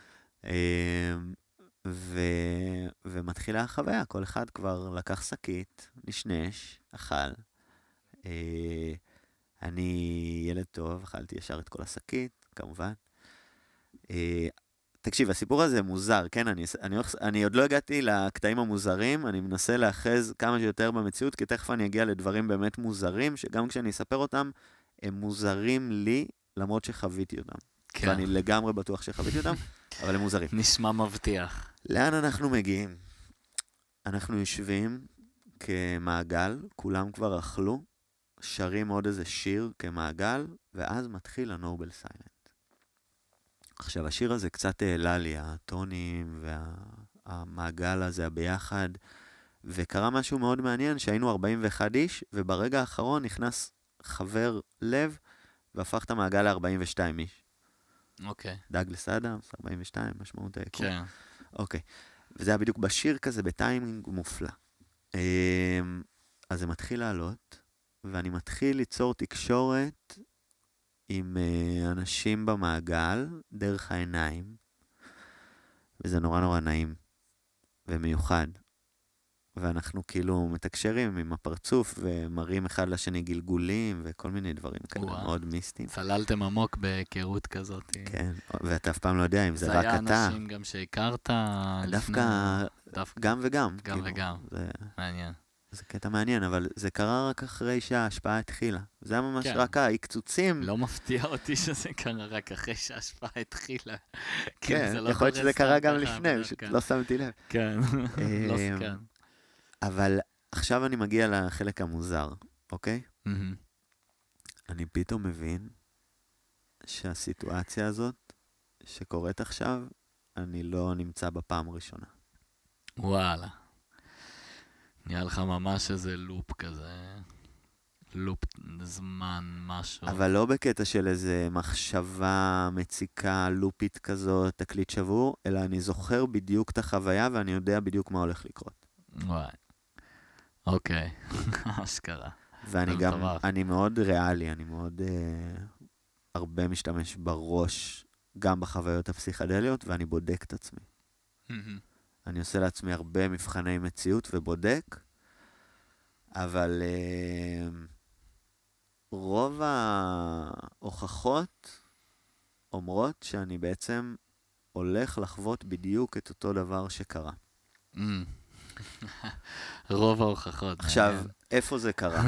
ומתחילה החוויה, כל אחד כבר לקח שקית, נשנש, אכל. אני ילד טוב, אכלתי ישר את כל השקית, כמובן. תקשיב, הסיפור הזה מוזר, כן? אני עוד לא הגעתי לקטעים המוזרים, אני מנסה לאחז כמה שיותר במציאות, כי תכף אני אגיע לדברים באמת מוזרים, שגם כשאני אספר אותם, הם מוזרים לי, למרות שחוויתי אותם. כן. ואני לגמרי בטוח שחוויתי אותם, אבל הם מוזרים. נשמע מבטיח. לאן אנחנו מגיעים? אנחנו יושבים כמעגל, כולם כבר אכלו, שרים עוד איזה שיר כמעגל, ואז מתחיל הנובל סיילנט. עכשיו, השיר הזה קצת העלה לי, הטונים והמעגל הזה הביחד, וקרה משהו מאוד מעניין, שהיינו 41 איש, וברגע האחרון נכנס חבר לב, והפך את המעגל ל-42 איש. אוקיי. דאגלס אדמס, 42, משמעות היקום. כן. אוקיי. וזה היה בדיוק בשיר כזה, בטיימינג מופלא. אז זה מתחיל לעלות, ואני מתחיל ליצור תקשורת עם אנשים במעגל, דרך העיניים, וזה נורא נורא נעים ומיוחד. ואנחנו כאילו מתקשרים עם הפרצוף, ומראים אחד לשני גלגולים, וכל מיני דברים כאלה מאוד מיסטיים. צללתם עמוק בהיכרות כזאת. כן, ואתה אף פעם לא יודע אם זה רק אתה. זה היה אנשים גם שהכרת דווקא גם וגם. גם וגם, מעניין. זה קטע מעניין, אבל זה קרה רק אחרי שההשפעה התחילה. זה היה ממש רק ההקצוצים. לא מפתיע אותי שזה קרה רק אחרי שההשפעה התחילה. כן, יכול להיות שזה קרה גם לפני, לא שמתי לב. כן, לא סכן. אבל עכשיו אני מגיע לחלק המוזר, אוקיי? אני פתאום מבין שהסיטואציה הזאת שקורית עכשיו, אני לא נמצא בפעם הראשונה. וואלה. נראה לך ממש איזה לופ כזה, לופ זמן, משהו. אבל לא בקטע של איזה מחשבה מציקה, לופית כזאת, תקליט שבור, אלא אני זוכר בדיוק את החוויה ואני יודע בדיוק מה הולך לקרות. וואי. אוקיי, אשכרה. ואני גם, אני מאוד ריאלי, אני מאוד הרבה משתמש בראש, גם בחוויות הפסיכדליות, ואני בודק את עצמי. אני עושה לעצמי הרבה מבחני מציאות ובודק, אבל רוב ההוכחות אומרות שאני בעצם הולך לחוות בדיוק את אותו דבר שקרה. רוב ההוכחות. עכשיו, איפה זה קרה?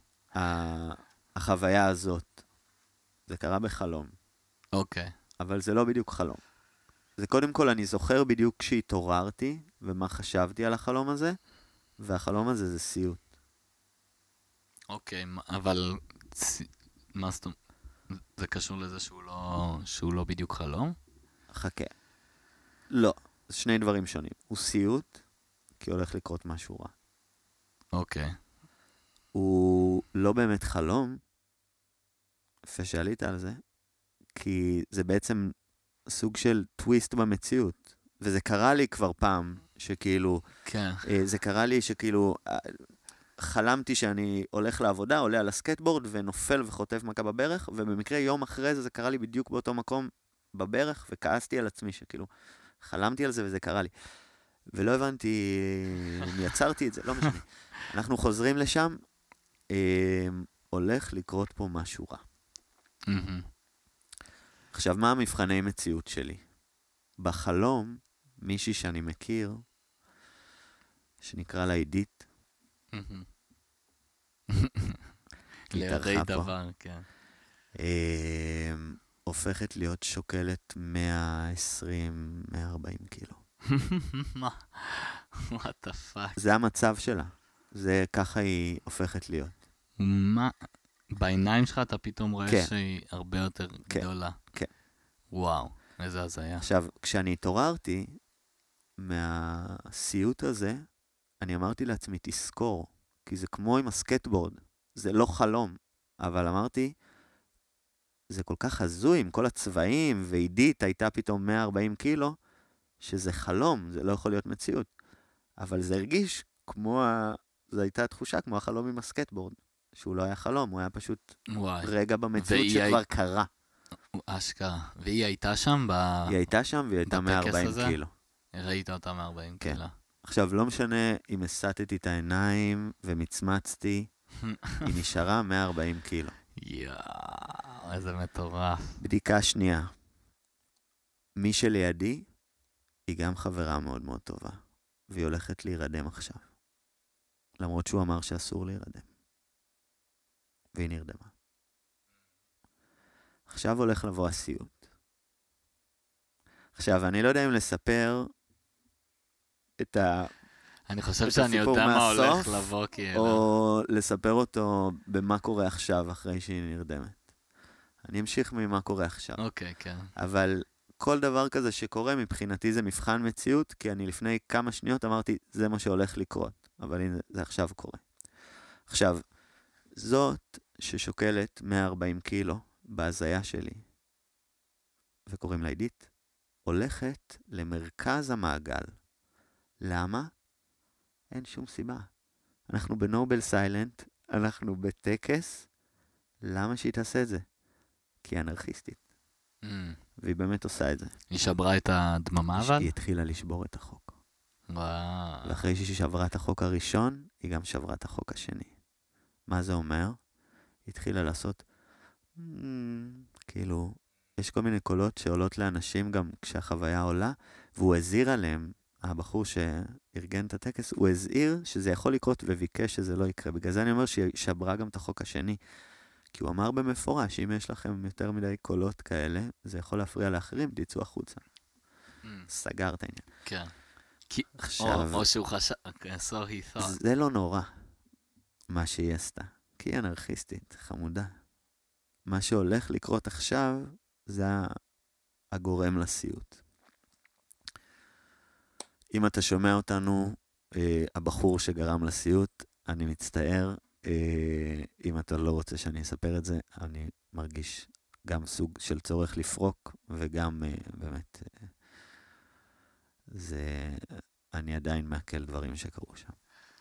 החוויה הזאת. זה קרה בחלום. אוקיי. אבל זה לא בדיוק חלום. זה קודם כל אני זוכר בדיוק כשהתעוררתי, ומה חשבתי על החלום הזה, והחלום הזה זה סיוט. אוקיי, אבל מה זאת אומרת? זה קשור לזה שהוא לא בדיוק חלום? חכה. לא, זה שני דברים שונים. הוא סיוט, כי הולך לקרות משהו רע. אוקיי. הוא לא באמת חלום, יפה שעלית על זה, כי זה בעצם סוג של טוויסט במציאות. וזה קרה לי כבר פעם, שכאילו, כן. זה קרה לי שכאילו, חלמתי שאני הולך לעבודה, עולה על הסקטבורד ונופל וחוטף מכה בברך, ובמקרה יום אחרי זה, זה קרה לי בדיוק באותו מקום בברך, וכעסתי על עצמי שכאילו, חלמתי על זה וזה קרה לי. ולא הבנתי אם יצרתי את זה, לא משנה. אנחנו חוזרים לשם, הולך לקרות פה משהו רע. עכשיו, מה המבחני מציאות שלי? בחלום, מישהי שאני מכיר, שנקרא לה עידית, לידי דבר, כן. הופכת להיות שוקלת 120-140 קילו. מה? What the fuck? זה המצב שלה. זה ככה היא הופכת להיות. מה? בעיניים שלך אתה פתאום רואה כן. שהיא הרבה יותר כן. גדולה. כן. וואו, איזה הזיה. עכשיו, כשאני התעוררתי מהסיוט הזה, אני אמרתי לעצמי, תזכור, כי זה כמו עם הסקטבורד, זה לא חלום, אבל אמרתי, זה כל כך הזוי עם כל הצבעים, ועידית הייתה פתאום 140 קילו, שזה חלום, זה לא יכול להיות מציאות. אבל זה הרגיש כמו, זו הייתה תחושה כמו החלום עם הסקטבורד, שהוא לא היה חלום, הוא היה פשוט רגע במציאות שכבר קרה. אשכרה. והיא הייתה שם היא הייתה שם והיא הייתה 140 קילו. ראית אותה 140 כן. קילו. עכשיו, לא משנה אם הסתתי את העיניים ומצמצתי, היא נשארה 140 קילו. יאו, איזה מטורף. בדיקה שנייה. מי שלידי, היא גם חברה מאוד מאוד טובה, והיא הולכת להירדם עכשיו. למרות שהוא אמר שאסור להירדם. והיא נרדמה. עכשיו הולך לבוא הסיוט. עכשיו, אני לא יודע אם לספר את אני חושב שאני יודע מה הולך לבוא, או לספר אותו במה קורה עכשיו, אחרי שהיא נרדמת. אני אמשיך ממה קורה עכשיו. אוקיי, כן. אבל כל דבר כזה שקורה, מבחינתי זה מבחן מציאות, כי אני לפני כמה שניות אמרתי, זה מה שהולך לקרות. אבל הנה, זה עכשיו קורה. עכשיו, זאת ששוקלת 140 קילו בהזיה שלי, וקוראים לה עידית, הולכת למרכז המעגל. למה? אין שום סיבה. אנחנו בנובל סיילנט, אנחנו בטקס, למה שהיא תעשה את זה? כי היא אנרכיסטית. והיא באמת עושה את זה. היא שברה את הדממה אבל? היא התחילה לשבור את החוק. וואו. ואחרי שהיא שברה את החוק הראשון, היא גם שברה את החוק השני. מה זה אומר? היא התחילה לעשות, כאילו, יש כל מיני קולות שעולות לאנשים גם כשהחוויה עולה, והוא הזהיר עליהם, הבחור שארגן את הטקס, הוא הזהיר שזה יכול לקרות וביקש שזה לא יקרה. בגלל זה אני אומר שהיא שברה גם את החוק השני. כי הוא אמר במפורש, אם יש לכם יותר מדי קולות כאלה, זה יכול להפריע לאחרים, תצאו החוצה. סגר את העניין. כן. עכשיו, או שהוא חשב, so he thought. זה לא נורא, מה שהיא עשתה. כי היא אנרכיסטית, חמודה. מה שהולך לקרות עכשיו, זה הגורם לסיוט. אם אתה שומע אותנו, הבחור שגרם לסיוט, אני מצטער, אם אתה לא רוצה שאני אספר את זה, אני מרגיש גם סוג של צורך לפרוק, וגם באמת, אני עדיין מעכל דברים שקרו שם.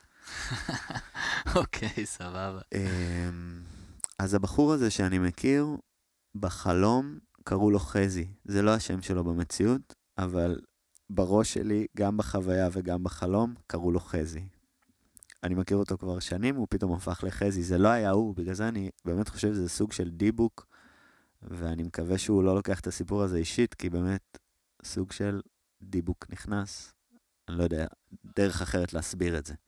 אוקיי, סבבה. אז הבחור הזה שאני מכיר, בחלום קראו לו חזי. זה לא השם שלו במציאות, אבל בראש שלי, גם בחוויה וגם בחלום, קראו לו חזי. אני מכיר אותו כבר שנים, הוא פתאום הפך לחזי. זה לא היה הוא, בגלל זה אני באמת חושב שזה סוג של דיבוק, ואני מקווה שהוא לא לוקח את הסיפור הזה אישית, כי באמת סוג של דיבוק נכנס. אני לא יודע, דרך אחרת להסביר את זה.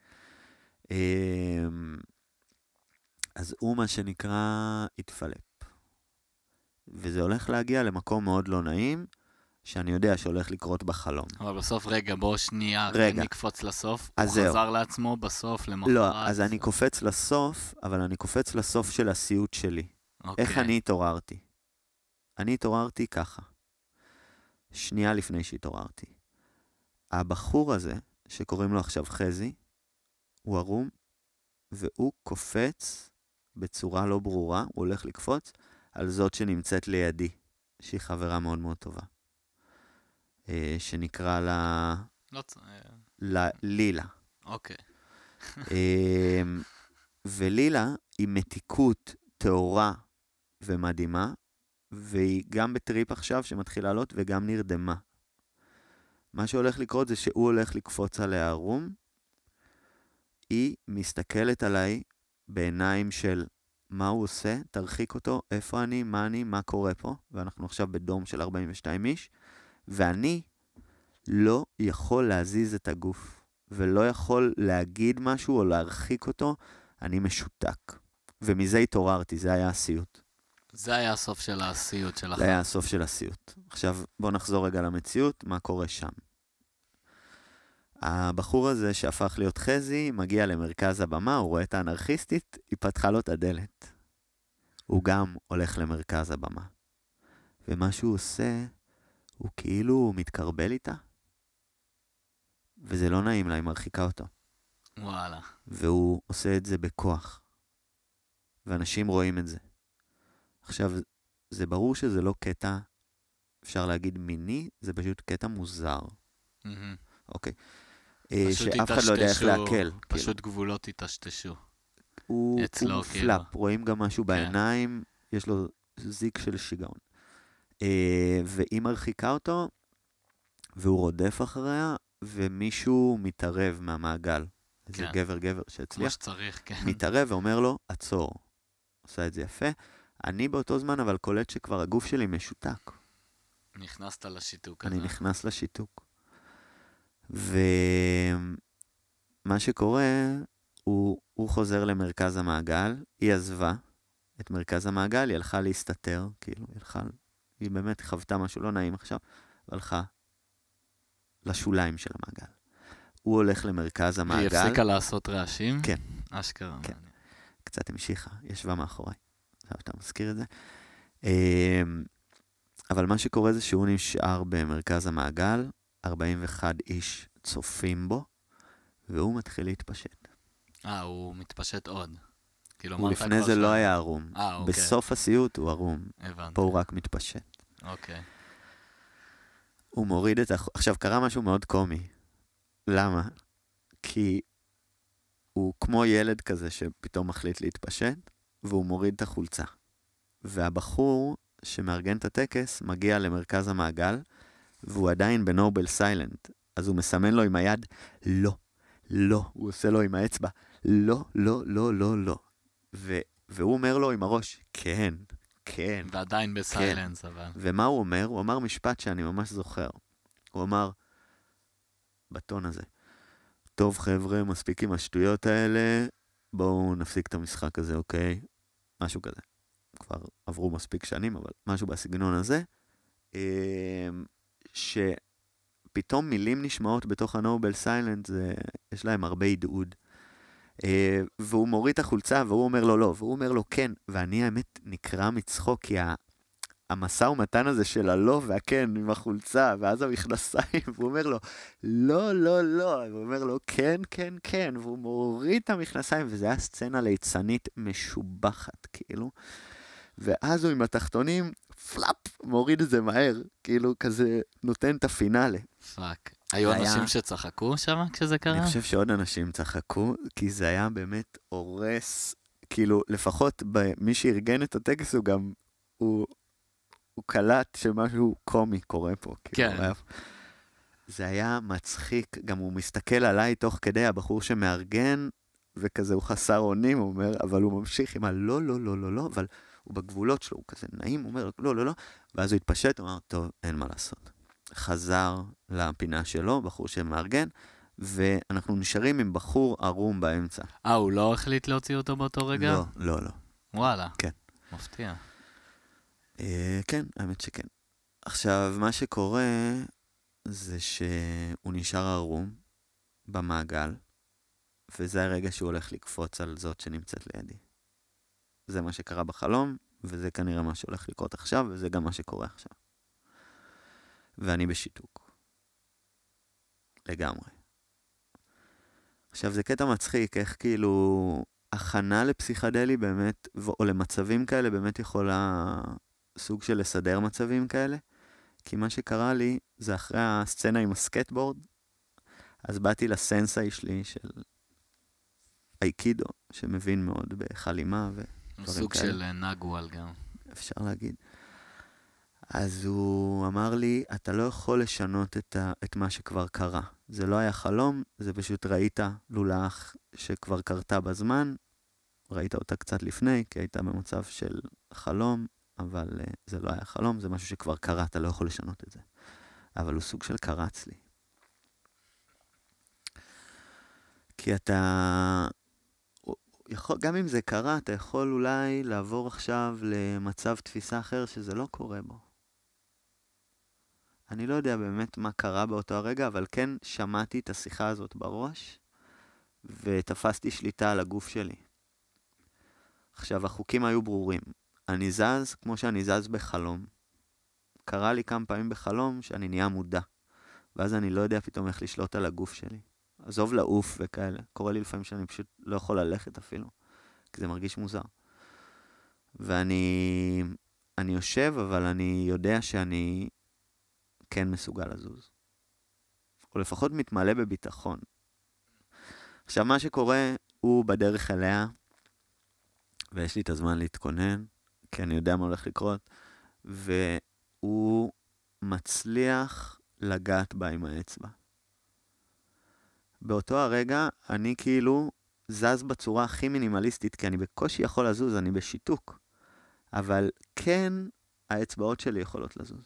אז הוא מה שנקרא התפלפ. וזה הולך להגיע למקום מאוד לא נעים, שאני יודע שהולך לקרות בחלום. אבל בסוף, רגע, בוא שנייה, נקפוץ לסוף. הוא חזר לעצמו בסוף, למחרת. לא, אז אני קופץ לסוף, אבל אני קופץ לסוף של הסיוט שלי. איך אני התעוררתי? אני התעוררתי ככה. שנייה לפני שהתעוררתי. הבחור הזה, שקוראים לו עכשיו חזי, הוא ערום, והוא קופץ בצורה לא ברורה, הוא הולך לקפוץ על זאת שנמצאת לידי, שהיא חברה מאוד מאוד טובה. שנקרא לה לילה. אוקיי. ולילה היא מתיקות תאורה ומדהימה, והיא גם בטריפ עכשיו שמתחילה לעלות וגם נרדמה. מה שהולך לקרות זה שהוא הולך לקפוץ עליה ערום, היא מסתכלת עליי בעיניים של מה הוא עושה, תרחיק אותו, איפה אני, מה קורה פה, ואנחנו עכשיו בדום של 42 איש, ואני לא יכול להזיז את הגוף, ולא יכול להגיד משהו או להרחיק אותו, אני משותק. ומזה התעוררתי, זה היה הסיוט. זה היה הסוף של הסיוט שלך. זה היה הסוף של הסיוט. עכשיו בוא נחזור רגע למציאות, מה קורה שם. הבחור הזה שהפך להיות חזי, מגיע למרכז הבמה, הוא רואה את האנרכיסטית, היא פתחה לו את הדלת. הוא גם הולך למרכז הבמה. ומה שהוא עושה, הוא כאילו מתקרבל איתה, וזה לא נעים לה, היא מרחיקה אותו. וואלה. והוא עושה את זה בכוח. ואנשים רואים את זה. עכשיו, זה ברור שזה לא קטע, אפשר להגיד מיני, זה פשוט קטע מוזר. אוקיי. שאף אחד לא יודע איך להקל. פשוט גבולות התשתשו. הוא פלאפ, רואים גם משהו בעיניים, יש לו זיק של שיגעון. והיא מרחיקה אותו, והוא רודף אחריה, ומישהו מתערב מהמעגל. איזה גבר שהצליח. כמו שצריך, כן. מתערב ואומר לו, עצור. עושה את זה יפה. אני באותו זמן, אבל קולט שכבר הגוף שלי משותק. נכנסת לשיתוק. אני נכנס לשיתוק. ומה שקורה, הוא חוזר למרכז המעגל, היא עזבה את מרכז המעגל, היא הלכה להסתתר, כאילו, היא באמת חוותה משהו לא נעים עכשיו, והלכה לשוליים של המעגל. הוא הולך למרכז המעגל. היא הפסיקה לעשות רעשים? כן. אשכרה. כן. קצת המשיכה, ישבה מאחורי. עכשיו אתה מזכיר את זה. אבל מה שקורה זה שהוא נשאר במרכז המעגל, 41 איש צופים בו, והוא מתחיל להתפשט. הוא מתפשט עוד. הוא לפני זה לא היה ערום. אוקיי. בסוף הסיוט הוא ערום. הבנתי. פה הוא רק מתפשט. אוקיי. הוא מוריד את עכשיו קרה משהו מאוד קומי. למה? כי הוא כמו ילד כזה שפתאום מחליט להתפשט, והוא מוריד את החולצה. והבחור שמארגן את הטקס מגיע למרכז המעגל, והוא עדיין בנובל סיילנט. אז הוא מסמן לו עם היד, לא, לא. הוא עושה לו עם האצבע, לא, לא, לא, לא, לא. והוא אומר לו עם הראש, כן, כן. ועדיין בסיילנס, אבל. ומה הוא אומר? הוא אמר משפט שאני ממש זוכר. הוא אמר, בטון הזה, טוב חבר'ה, מספיק עם השטויות האלה, בואו נפסיק את המשחק הזה, אוקיי? משהו כזה. כבר עברו מספיק שנים, אבל משהו בסגנון הזה, שפתאום מילים נשמעות בתוך הנובל סיילנט, יש להם הרבה עידוד. והוא מוריד את החולצה, והוא אומר לו לא, והוא אומר לו כן, ואני האמת נקרא מצחוק, כי המסע ומתן הזה של הלא והכן עם החולצה, ואז המכנסיים, והוא אומר לו, לא, לא, לא, והוא אומר לו, כן, כן, כן, והוא מוריד את המכנסיים, וזה היה סצנה ליצנית משובחת, כאילו, ואז הוא עם התחתונים, פלאפ, מוריד את זה מהר, כאילו כזה נותן את הפינאלה. פאק. היו אנשים שצחקו שם כשזה קרה? אני חושב שעוד אנשים צחקו, כי זה היה באמת הורס, כאילו, לפחות מי שארגן את הטקס הוא גם, הוא קלט שמשהו קומי קורה פה. כן. כאילו, זה היה מצחיק, גם הוא מסתכל עליי תוך כדי הבחור שמארגן, וכזה הוא חסר אונים, הוא אומר, אבל הוא ממשיך עם הלא, לא, לא, לא, לא, אבל הוא בגבולות שלו, הוא כזה נעים, הוא אומר, לא, לא, לא, ואז הוא התפשט, הוא אומר, טוב, אין מה לעשות. חזר לפינה שלו, בחור שמארגן, ואנחנו נשארים עם בחור ערום באמצע. הוא לא החליט להוציא אותו באותו רגע? לא, לא, לא. וואלה. כן. מפתיע. כן, האמת שכן. עכשיו, מה שקורה זה שהוא נשאר ערום במעגל, וזה הרגע שהוא הולך לקפוץ על זאת שנמצאת לידי. זה מה שקרה בחלום, וזה כנראה מה שהולך לקרות עכשיו, וזה גם מה שקורה עכשיו. ואני בשיתוק. לגמרי. עכשיו, זה קטע מצחיק, איך כאילו הכנה לפסיכדלי באמת, או למצבים כאלה באמת יכולה סוג של לסדר מצבים כאלה, כי מה שקרה לי זה אחרי הסצנה עם הסקטבורד, אז באתי לסנסאי שלי של אייקידו, שמבין מאוד בחלימה ודברים כאלה. סוג של נגואל גם. אפשר להגיד. אז הוא אמר לי, אתה לא יכול לשנות את מה שכבר קרה. זה לא היה חלום, זה פשוט ראית לולך שכבר קרתה בזמן, ראית אותה קצת לפני, כי הייתה במצב של חלום, אבל זה לא היה חלום, זה משהו שכבר קרה, אתה לא יכול לשנות את זה. אבל הוא סוג של קרץ לי. כי אתה... גם אם זה קרה, אתה יכול אולי לעבור עכשיו למצב תפיסה אחר שזה לא קורה בו. אני לא יודע באמת מה קרה באותו הרגע, אבל כן שמעתי את השיחה הזאת בראש, ותפסתי שליטה על הגוף שלי. עכשיו, החוקים היו ברורים. אני זז כמו שאני זז בחלום. קרה לי כמה פעמים בחלום שאני נהיה מודע, ואז אני לא יודע פתאום איך לשלוט על הגוף שלי. עזוב לעוף וכאלה. קורה לי לפעמים שאני פשוט לא יכול ללכת אפילו, כי זה מרגיש מוזר. ואני יושב, אבל אני יודע שאני כן מסוגל לזוז. או לפחות מתמלא בביטחון. עכשיו, מה שקורה הוא בדרך אליה, ויש לי את הזמן להתכונן, כי אני יודע מה הולך לקרות, והוא מצליח לגעת בה עם האצבע. באותו הרגע אני כאילו זז בצורה הכי מינימליסטית, כי אני בקושי יכול לזוז, אני בשיתוק. אבל כן, האצבעות שלי יכולות לזוז.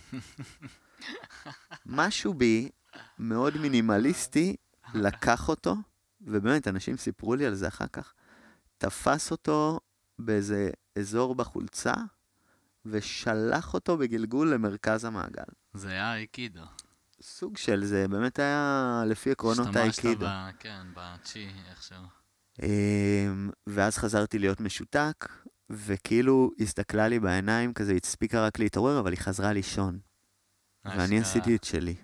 משהו בי מאוד מינימליסטי לקח אותו, ובאמת אנשים סיפרו לי על זה אחר כך, תפס אותו באיזה אזור בחולצה, ושלח אותו בגלגול למרכז המעגל. זה היה האיקידו. סוג של זה, באמת היה לפי עקרונות האיקידו. השתמשת כן, בצ'י איכשהו. ואז חזרתי להיות משותק, וכאילו הסתכלה לי בעיניים, כזה הספיקה רק להתעורר, אבל היא חזרה לישון. ואני עשיתי את שלי.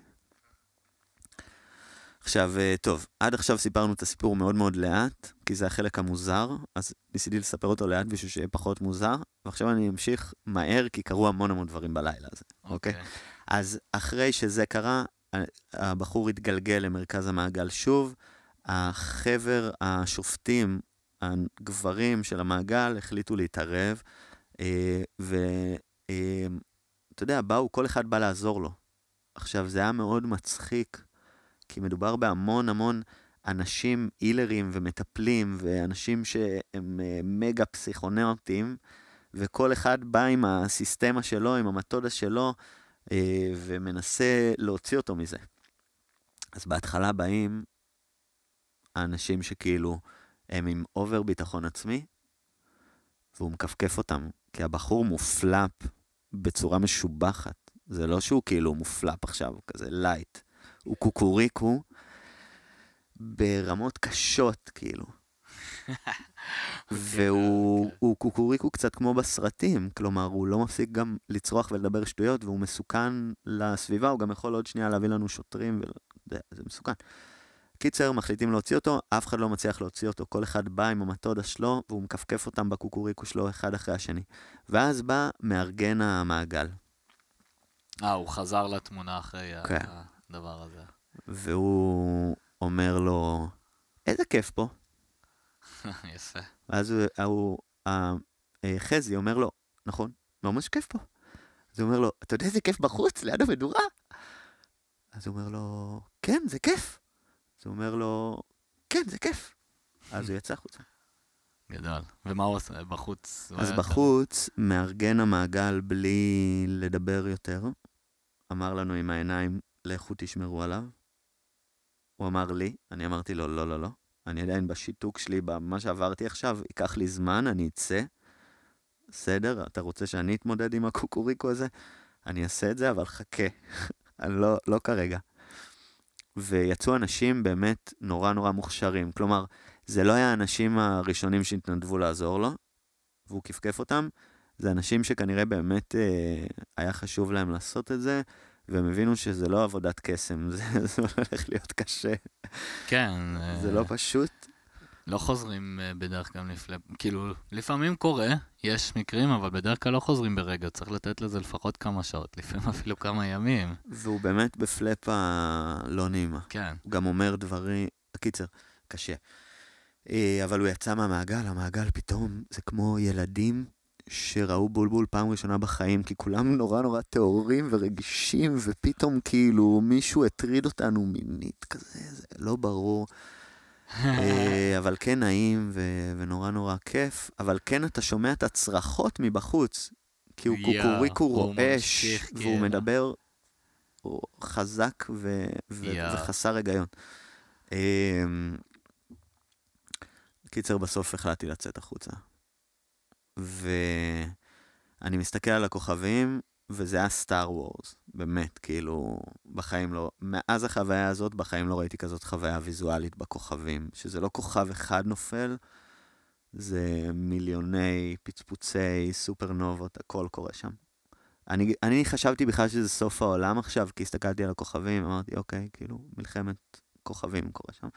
עכשיו, טוב, עד עכשיו סיפרנו את הסיפור מאוד מאוד לאט, כי זה החלק המוזר, אז ניסיתי לספר אותו לאט בשביל שיהיה פחות מוזר, ועכשיו אני אמשיך מהר, כי קרו המון המון דברים בלילה הזה, אוקיי? אז אחרי שזה קרה, הבחור התגלגל למרכז המעגל שוב, החבר, השופטים, הגברים של המעגל החליטו להתערב, ואתה יודע, כל אחד בא לעזור לו. עכשיו, זה היה מאוד מצחיק, כי מדובר בהמון המון אנשים אילרים ומטפלים, ואנשים שהם מגה פסיכונאוטים, וכל אחד בא עם הסיסטמה שלו, עם המתודה שלו, ומנסה להוציא אותו מזה. אז בהתחלה באים האנשים שכאילו הם עם אובר ביטחון עצמי, והוא מקפקף אותם, כי הבחור מופלפ בצורה משובחת. זה לא שהוא כאילו מופלפ עכשיו, כזה לייט. הוא קוקוריקו ברמות קשות, כאילו. והוא קוקוריקו קצת כמו בסרטים, כלומר, הוא לא מפסיק גם לצרוח ולדבר שטויות, והוא מסוכן לסביבה, הוא גם יכול עוד שנייה להביא לנו שוטרים, זה מסוכן. קיצר, מחליטים להוציא אותו, אף אחד לא מצליח להוציא אותו, כל אחד בא עם המתודה שלו, והוא מקפקף אותם בקוקוריקו שלו אחד אחרי השני. ואז בא מארגן המעגל. הוא חזר לתמונה אחרי הדבר הזה. והוא אומר לו, איזה כיף פה. יפה. אז חזי אומר לו, נכון, ממש כיף פה. אז הוא אומר לו, אתה יודע איזה כיף בחוץ, ליד המדורה? אז הוא אומר לו, כן, זה כיף. אז הוא אומר לו, כן, זה כיף. אז הוא יצא חוצה. גדול. ומה הוא עושה בחוץ? אז בחוץ, מארגן המעגל בלי לדבר יותר, אמר לנו עם העיניים, לכו תשמרו עליו. הוא אמר לי, אני אמרתי לו, לא, לא, לא. אני עדיין בשיתוק שלי, במה שעברתי עכשיו, ייקח לי זמן, אני אצא. בסדר, אתה רוצה שאני אתמודד עם הקוקוריקו הזה? אני אעשה את זה, אבל חכה. לא כרגע. ויצאו אנשים באמת נורא נורא מוכשרים. כלומר, זה לא היה האנשים הראשונים שהתנדבו לעזור לו, והוא כפכף אותם. זה אנשים שכנראה באמת היה חשוב להם לעשות את זה, והם הבינו שזה לא עבודת קסם, זה הולך להיות קשה. כן. זה לא פשוט. לא חוזרים בדרך כלל לפלפ, כאילו, לפעמים קורה, יש מקרים, אבל בדרך כלל לא חוזרים ברגע, צריך לתת לזה לפחות כמה שעות, לפעמים אפילו כמה ימים. והוא באמת בפלפה לא נעימה. כן. הוא גם אומר דברים, קיצר, קשה. אבל הוא יצא מהמעגל, המעגל פתאום זה כמו ילדים שראו בולבול פעם ראשונה בחיים, כי כולם נורא נורא טהורים ורגישים, ופתאום כאילו מישהו הטריד אותנו מינית כזה, זה לא ברור. אבל כן נעים ונורא נורא כיף, אבל כן אתה שומע את הצרחות מבחוץ, כי הוא קוקוריקו רועש, והוא מדבר חזק וחסר היגיון. קיצר, בסוף החלטתי לצאת החוצה. ואני מסתכל על הכוכבים, וזה היה סטאר וורס, באמת, כאילו, בחיים לא, מאז החוויה הזאת, בחיים לא ראיתי כזאת חוויה ויזואלית בכוכבים, שזה לא כוכב אחד נופל, זה מיליוני פצפוצי, סופרנובות, הכל קורה שם. אני חשבתי בכלל שזה סוף העולם עכשיו, כי הסתכלתי על הכוכבים, אמרתי, אוקיי, כאילו, מלחמת כוכבים קורה שם.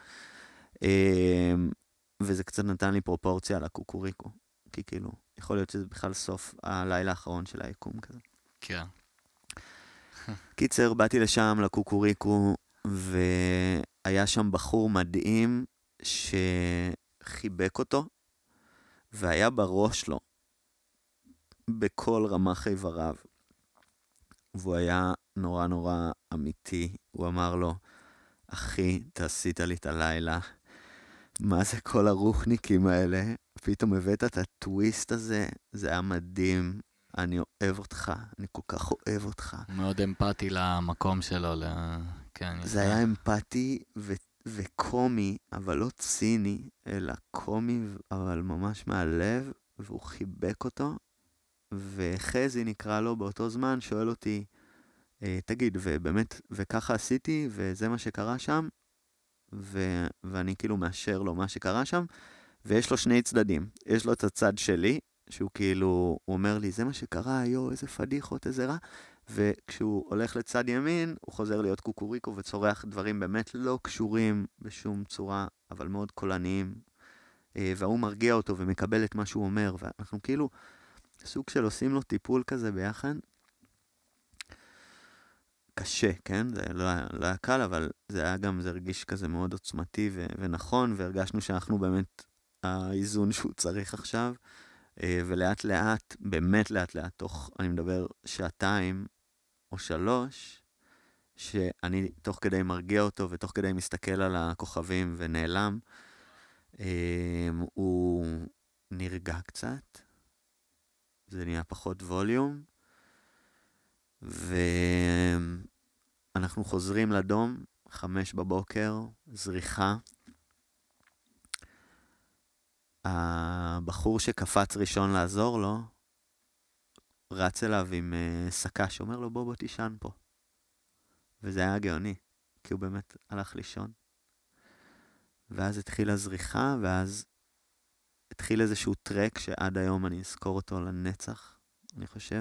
וזה קצת נתן לי פרופורציה לקוקוריקו, כי כאילו, יכול להיות שזה בכלל סוף הלילה האחרון של היקום כזה. כן. קיצר, באתי לשם לקוקוריקו, והיה שם בחור מדהים שחיבק אותו, והיה בראש לו, בכל רמ"ח איבריו. והוא היה נורא נורא אמיתי. הוא אמר לו, אחי, תעשית לי את הלילה. מה זה כל הרוחניקים האלה? פתאום הבאת את הטוויסט הזה, זה היה מדהים. אני אוהב אותך, אני כל כך אוהב אותך. מאוד אמפתי למקום שלו, כן. זה היה אמפתי וקומי, אבל לא ציני, אלא קומי, אבל ממש מהלב, והוא חיבק אותו, וחזי נקרא לו באותו זמן, שואל אותי, תגיד, ובאמת, וככה עשיתי, וזה מה שקרה שם, ואני כאילו מאשר לו מה שקרה שם, ויש לו שני צדדים. יש לו את הצד שלי, שהוא כאילו, הוא אומר לי, זה מה שקרה, יו, איזה פדיחות, איזה רע, וכשהוא הולך לצד ימין, הוא חוזר להיות קוקוריקו וצורח דברים באמת לא קשורים בשום צורה, אבל מאוד קולניים, והוא מרגיע אותו ומקבל את מה שהוא אומר, ואנחנו כאילו סוג של עושים לו טיפול כזה ביחד. קשה, כן? זה לא היה קל, אבל זה היה גם, זה הרגיש כזה מאוד עוצמתי ונכון, והרגשנו שאנחנו באמת האיזון שהוא צריך עכשיו, ולאט לאט, באמת לאט לאט, אני מדבר 2 או 3, שאני תוך כדי מרגיע אותו, ותוך כדי מסתכל על הכוכבים ונעלם, הוא נרגע קצת, זה נהיה פחות ווליום, ואנחנו חוזרים לדום, 5 בבוקר, זריחה. הבחור שקפץ ראשון לעזור לו, רץ אליו עם סקה שאומר לו, בוא תישן פה. וזה היה גאוני, כי הוא באמת הלך לישון. ואז התחילה זריחה, ואז התחיל איזשהו טרק שעד היום אני אזכור אותו לנצח, אני חושב.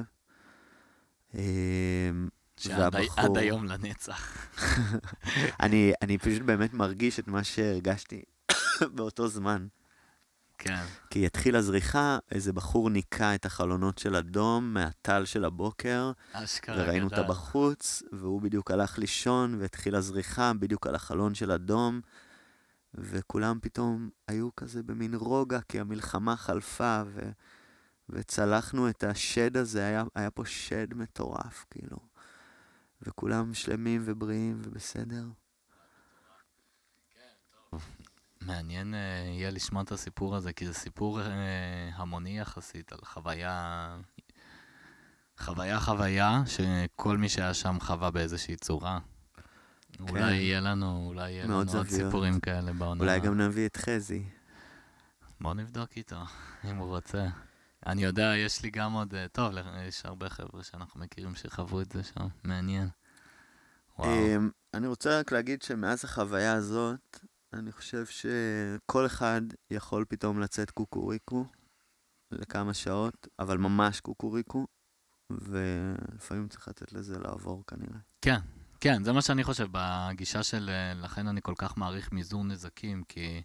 שעד היום לנצח. אני פשוט באמת מרגיש את מה שהרגשתי באותו זמן. כן. כי התחילה זריחה, איזה בחור ניקה את החלונות של הדום מהטל של הבוקר, וראינו אותה בחוץ, והוא בדיוק הלך לישון, והתחילה זריחה בדיוק על החלון של הדום, וכולם פתאום היו כזה במין רוגע, כי המלחמה חלפה, וצלחנו את השד הזה, היה פה שד מטורף, כאילו. וכולם שלמים ובריאים ובסדר. מעניין יהיה לשמוע את הסיפור הזה, כי זה סיפור המוני יחסית, על חוויה שכל מי שהיה שם חווה באיזושהי צורה. כן. אולי יהיה לנו עוד סיפורים כאלה בעונה. אולי גם נביא את חזי. בוא נבדוק איתו, אם הוא רוצה. אני יודע, יש לי גם עוד, טוב, יש הרבה חבר'ה שאנחנו מכירים שחוו את זה שם, מעניין. אני רוצה רק להגיד שמאז החוויה הזאת, אני חושב שכל אחד יכול פתאום לצאת קוקוריקו לכמה שעות, אבל ממש קוקוריקו, ולפעמים צריך לתת לזה לעבור כנראה. כן, כן, זה מה שאני חושב, בגישה של, לכן אני כל כך מעריך מזעור נזקים, כי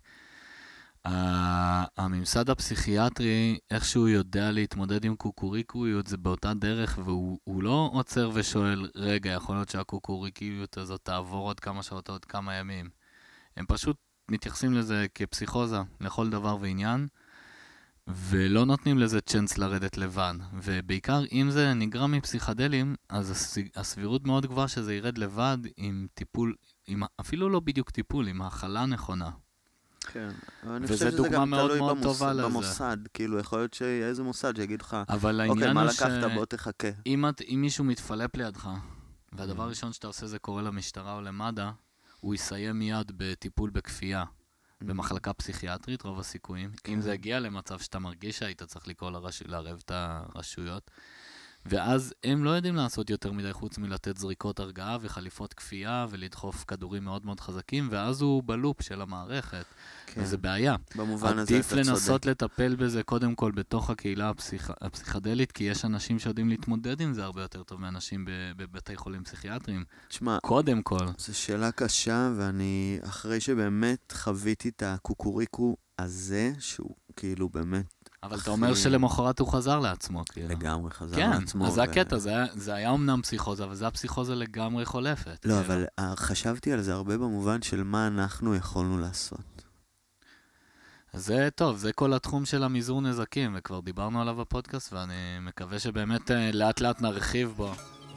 הממסד הפסיכיאטרי, איכשהו יודע להתמודד עם קוקוריקויות, זה באותה דרך, והוא לא עוצר ושואל, רגע, יכול להיות שהקוקוריקיות הזאת תעבור עוד כמה שעות, עוד כמה ימים. הם פשוט מתייחסים לזה כפסיכוזה, לכל דבר ועניין, ולא נותנים לזה צ'אנס לרדת לבד. ובעיקר אם זה נגרם מפסיכדלים, אז הסבירות מאוד גבוהה שזה ירד לבד עם טיפול, אפילו לא בדיוק טיפול, עם האכלה נכונה. כן, אני וזה חושב שזה דוגמה גם מאוד תלוי מאוד טובה לזה. במוסד, כאילו יכול להיות שיהיה איזה מוסד שיגיד לך, אבל אוקיי, העניין מה הוא לקחת, בוא תחכה. אם מישהו מתפלפ לידך, והדבר הראשון שאתה עושה זה קורא למשטרה או למד"א, הוא יסיים מיד בטיפול בכפייה. במחלקה פסיכיאטרית, רוב הסיכויים. אם זה הגיע למצב שאתה מרגיש שהיית צריך לקרוא לערב את הרשויות. ואז הם לא יודעים לעשות יותר מדי חוץ מלתת זריקות הרגעה וחליפות כפייה ולדחוף כדורים מאוד מאוד חזקים, ואז הוא בלופ של המערכת. כן. וזה בעיה. במובן הזה אתה עדיף צודק. לנסות לטפל בזה קודם כל בתוך הקהילה הפסיכדלית, כי יש אנשים שיודעים להתמודד עם זה הרבה יותר טוב מאנשים בבתי חולים פסיכיאטריים. תשמע, קודם כל. זו שאלה קשה, ואני, אחרי שבאמת חוויתי את הקוקוריקו הזה, שהוא כאילו באמת... אבל אתה אומר שלמחרת הוא חזר לעצמו, כאילו. לגמרי חזר כן, לעצמו. אז זה הקטע, זה היה אומנם פסיכוזה, אבל זה הפסיכוזה לגמרי חולפת. לא, אבל חשבתי על זה הרבה במובן של מה אנחנו יכולנו לעשות. זה טוב, זה כל התחום של המזעור נזקים, וכבר דיברנו עליו בפודקאסט, ואני מקווה שבאמת לאט לאט נרחיב בו.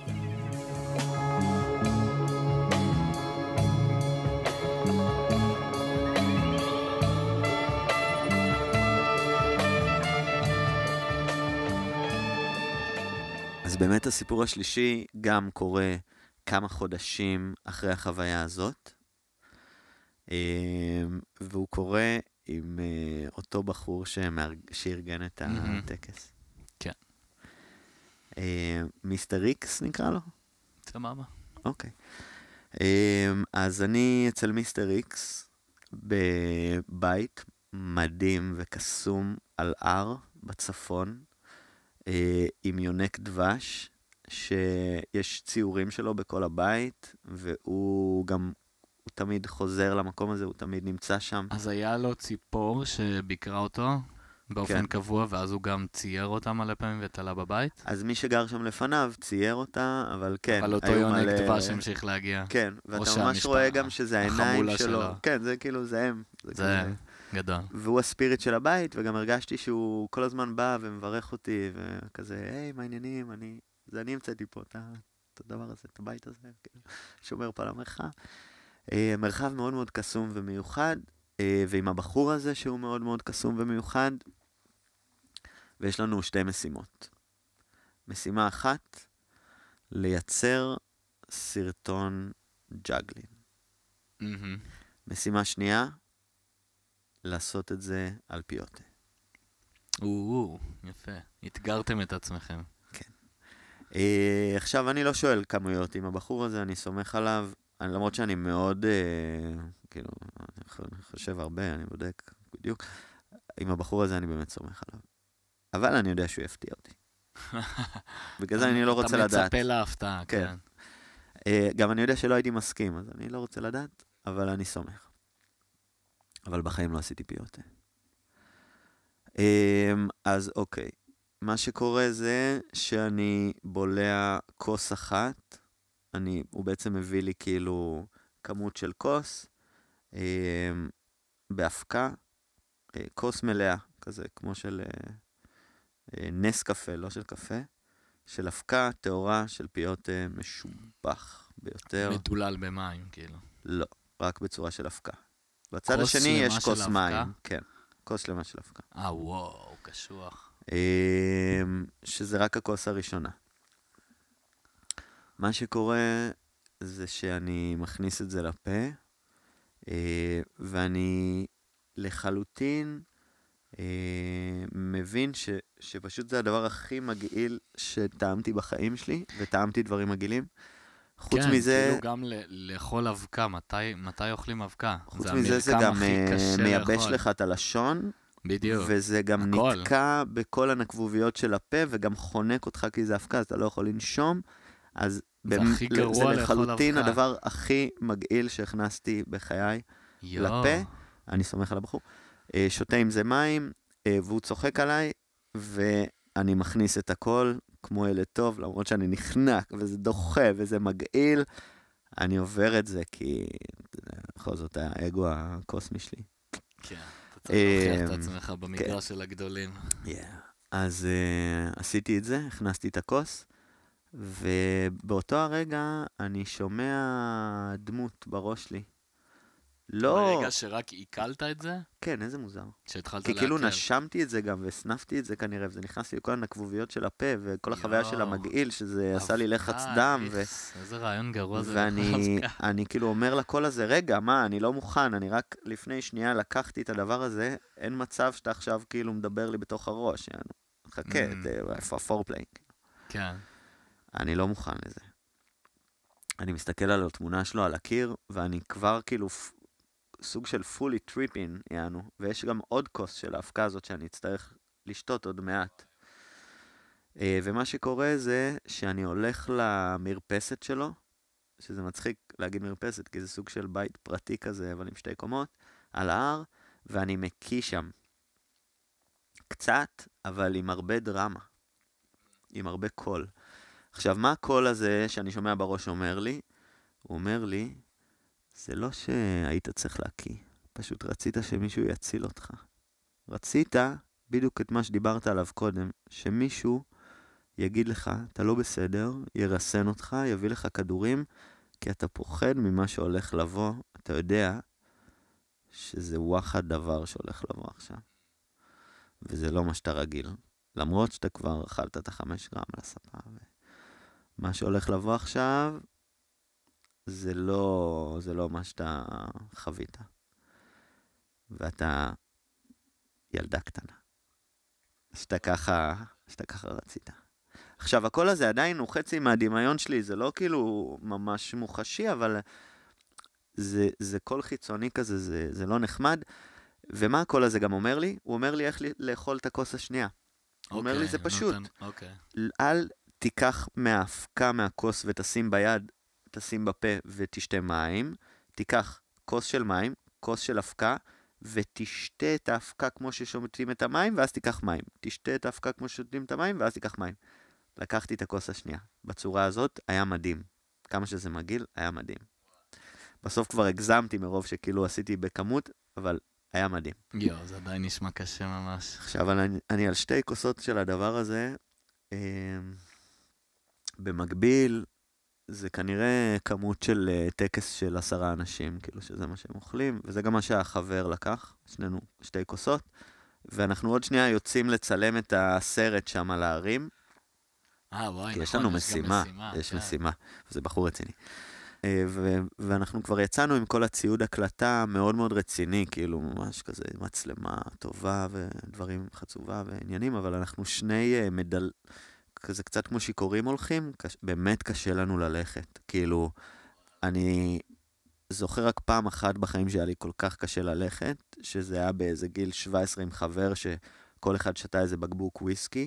אז באמת הסיפור השלישי גם קורה כמה חודשים אחרי החוויה הזאת, והוא קורה עם אותו בחור שארגן את הטקס. כן. מיסטר איקס נקרא לו? סבבה. אוקיי. אז אני אצל מיסטר איקס בבית מדהים וקסום על הר בצפון, עם יונק דבש, שיש ציורים שלו בכל הבית, והוא גם, הוא תמיד חוזר למקום הזה, הוא תמיד נמצא שם. אז היה לו ציפור שביקרה אותו באופן קבוע, ואז הוא גם צייר אותה מלא פעמים ותלה בבית? אז מי שגר שם לפניו צייר אותה, אבל כן. אבל אותו יונק דבש המשיך להגיע. כן, ואתה ממש רואה גם שזה העיניים שלו. כן, זה כאילו, זה הם. זה גדול. והוא הספיריט של הבית, וגם הרגשתי שהוא כל הזמן בא ומברך אותי, וכזה, היי, מה העניינים? אני המצאתי פה את הדבר הזה, את הבית הזה, שומר פה על המרחב. מרחב מאוד מאוד קסום ומיוחד, ועם הבחור הזה שהוא מאוד מאוד קסום ומיוחד, ויש לנו שתי משימות. משימה אחת, לייצר סרטון ג'אגלין. משימה שנייה, לעשות את זה על פיוטה. יפה. התגרתם את עצמכם. כן. עכשיו אני לא שואל כמויות עם הבחור הזה, אני סומך עליו, למרות שאני מאוד, כאילו, אני חושב הרבה, אני בודק בדיוק. עם הבחור הזה אני באמת סומך עליו. אבל אני יודע שהוא יפתיע אותי. בגלל זה אני לא רוצה לדעת. אתה מצפה להפתעה, כן. גם אני יודע שלא הייתי מסכים, אז אני לא רוצה לדעת, אבל אני סומך. אבל בחיים לא עשיתי פיוטה. אז אוקיי. מה שקורה זה שאני בולע כוס אחת, הוא בעצם מביא לי כאילו כמות של כוס, בהפקה, כוס מלאה, כזה כמו של נס קפה, לא של קפה, של הפקה, תאורה של פיוטה משובח ביותר. מדולל במים, כאילו. לא, רק בצורה של הפקה. בצד השני יש כוס מים. כן, כוס שלמה של הפקה. וואו, קשוח. שזה רק הכוס הראשונה. מה שקורה זה שאני מכניס את זה לפה, ואני לחלוטין מבין שפשוט זה הדבר הכי מגעיל שטעמתי בחיים שלי, וטעמתי דברים מגעילים. חוץ מזה... כן, כאילו גם לאכול אבקה, מתי אוכלים אבקה? חוץ מזה זה גם מייבש לך את הלשון, בדיוק. וזה גם נתקע בכל הנקבוביות של הפה, וגם חונק אותך כי זה אבקה, אז אתה לא יכול לנשום, אז זה הכי גרוע זה לחלוטין אבקה. הדבר הכי מגעיל שהכנסתי בחיי לפה, אני סומך על הבחור, שותה עם זה מים, והוא צוחק עליי, ואני מכניס את הכל כמו ילד טוב, למרות שאני נחנק, וזה דוחה, וזה מגעיל, אני עובר את זה, כי בכל זאת האגו הקוסמי שלי. כן, אתה צריך להוכיח את עצמך במגרש של הגדולים. אז עשיתי את זה, הכנסתי את הכוס, ובאותו הרגע אני שומע דמות בראש לי. לא... ברגע שרק עיכלת את זה? כן, איזה מוזר. שהתחלת כי כאילו להקל. נשמתי את זה גם, וסנפתי את זה כנראה, וזה נכנס לי לכל הנקבוביות של הפה, וכל החוויה של המגעיל, שזה עשה לי לחץ דם, איזה רעיון גרוע זה. ואני כאילו אומר לקול הזה, רגע, מה, אני לא מוכן, אני רק לפני שנייה לקחתי את הדבר הזה, אין מצב שאתה עכשיו כאילו מדבר לי בתוך הראש, חכה, איפה הפורפליי? כן. אני לא מוכן לזה. אני מסתכל על התמונה שלו על הקיר, ואני כבר כאילו סוג של fully tripping, ויש גם עוד כוס של ההפקה הזאת שאני אצטרך לשתות עוד מעט. ומה שקורה זה שאני הולך למרפסת שלו, שזה מצחיק להגיד מרפסת, כי זה סוג של בית פרטי כזה, אבל עם 2 קומות, על ההר, ואני מקיא שם. קצת, אבל עם הרבה דרמה. עם הרבה קול. עכשיו, מה הקול הזה שאני שומע בראש אומר לי? הוא אומר לי, זה לא שהיית צריך להקיא, פשוט רצית שמישהו יציל אותך. רצית בדיוק את מה שדיברת עליו קודם, שמישהו יגיד לך, אתה לא בסדר, ירסן אותך, יביא לך כדורים, כי אתה פוחד ממה שהולך לבוא, אתה יודע שזה וואחד דבר שהולך לבוא עכשיו. וזה לא מה שאתה רגיל. למרות שאתה כבר אכלת את 5 גרם על הספה. מה שהולך לבוא עכשיו, זה לא מה שאתה חווית. ואתה ילדה קטנה. שאתה ככה רצית. עכשיו, הקול הזה עדיין הוא חצי מהדמיון שלי, זה לא כאילו ממש מוחשי, אבל זה קול חיצוני כזה, זה לא נחמד. ומה הקול הזה גם אומר לי? הוא אומר לי איך לאכול את הכוס השנייה. הוא אומר לי, זה פשוט. אל תיקח מההפקה מהכוס ותשים ביד, תשים בפה ותשתה מים. תיקח כוס של מים, כוס של הפקה, ותשתה את ההפקה כמו ששותים את המים, ואז תיקח מים. תשתה את ההפקה כמו ששותים את המים, ואז תיקח מים. לקחתי את הכוס השנייה. בצורה הזאת היה מדהים. כמה שזה מגעיל, היה מדהים. בסוף כבר הגזמתי מרוב שכאילו עשיתי בכמות, אבל היה מדהים. זה עדיין נשמע קשה ממש. עכשיו, אני על 2 כוסות של הדבר הזה, במקביל, זה כנראה כמות של טקס של 10 אנשים, כאילו שזה מה שהם אוכלים, וזה גם מה שהחבר לקח, שנינו 2 כוסות, ואנחנו עוד שנייה יוצאים לצלם את הסרט שם על הערים, וואי, כי יש לנו משימה, יש משימה, וזה בחור רציני. ואנחנו כבר יצאנו עם כל הציוד הקלטה מאוד מאוד רציני, כאילו ממש כזה מצלמה טובה ודברים חצובה ועניינים, אבל אנחנו 2 כזה קצת כמו שיכורים הולכים, באמת קשה לנו ללכת. כאילו, אני זוכר רק פעם אחת בחיים שהיה לי כל כך קשה ללכת, שזה היה באיזה גיל 17 עם חבר שכל אחד שתה איזה בקבוק וויסקי,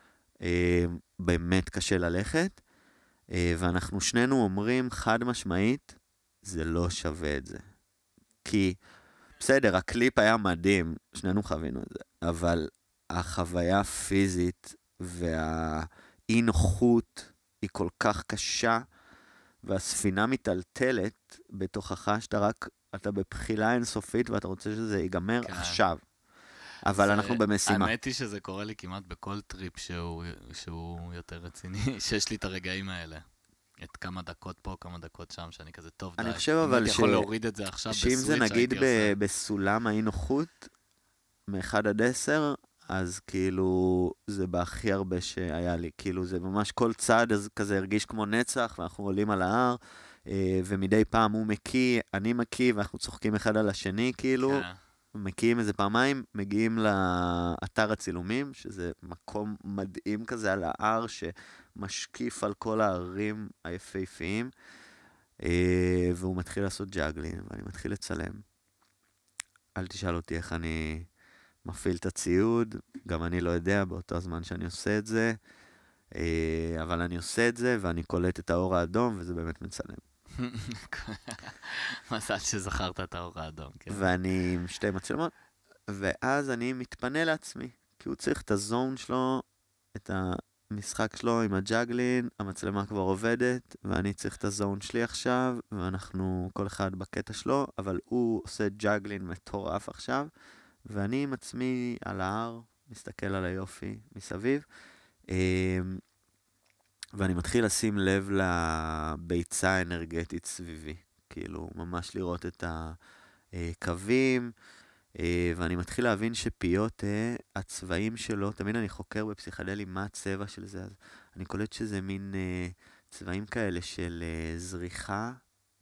באמת קשה ללכת, ואנחנו שנינו אומרים חד משמעית, זה לא שווה את זה. כי, בסדר, הקליפ היה מדהים, שנינו חווינו את זה, אבל החוויה הפיזית והאי נוחות היא כל כך קשה, והספינה מטלטלת בתוכך אתה בבחילה אינסופית, ואתה רוצה שזה ייגמר עכשיו. אבל אנחנו במשימה. האמת היא שזה קורה לי כמעט בכל טריפ שהוא יותר רציני, שיש לי את הרגעים האלה. את כמה דקות פה, כמה דקות שם, שאני כזה טוב די. אני חושב אבל יכול להוריד את זה עכשיו שאם זה נגיד בסולם האי נוחות, מ-1 עד 10, אז כאילו זה בהכי הרבה שהיה לי. כאילו זה ממש כל צעד כזה הרגיש כמו נצח, ואנחנו עולים על ההר, ומדי פעם הוא מקיא, אני מקיא, ואנחנו צוחקים אחד על השני, כאילו. מקיאים איזה פעמיים, מגיעים לאתר הצילומים, שזה מקום מדהים כזה על ההר, שמשקיף על כל הערים היפהפיים, והוא מתחיל לעשות ג'אגלין, ואני מתחיל לצלם. אל תשאל אותי איך אני מפעיל את הציוד, גם אני לא יודע באותו הזמן שאני עושה את זה, אבל אני עושה את זה, ואני קולט את האור האדום, וזה באמת מצלם. מזל שזכרת את האור האדום. ואני עם 2 מצלמות, ואז אני מתפנה לעצמי, כי הוא צריך את הזון שלו, את המשחק שלו עם הג'אגלין, המצלמה כבר עובדת, ואני צריך את הזון שלי עכשיו, ואנחנו כל אחד בקטע שלו, אבל הוא עושה ג'אגלין מטורף עכשיו, ואני עם עצמי על ההר, מסתכל על היופי מסביב, ואני מתחיל לשים לב לביצה האנרגטית סביבי, כאילו ממש לראות את הקווים, ואני מתחיל להבין שפיות, הצבעים שלו, תמיד אני חוקר בפסיכדלי מה הצבע של זה, אז אני קולט שזה מין צבעים כאלה של זריחה,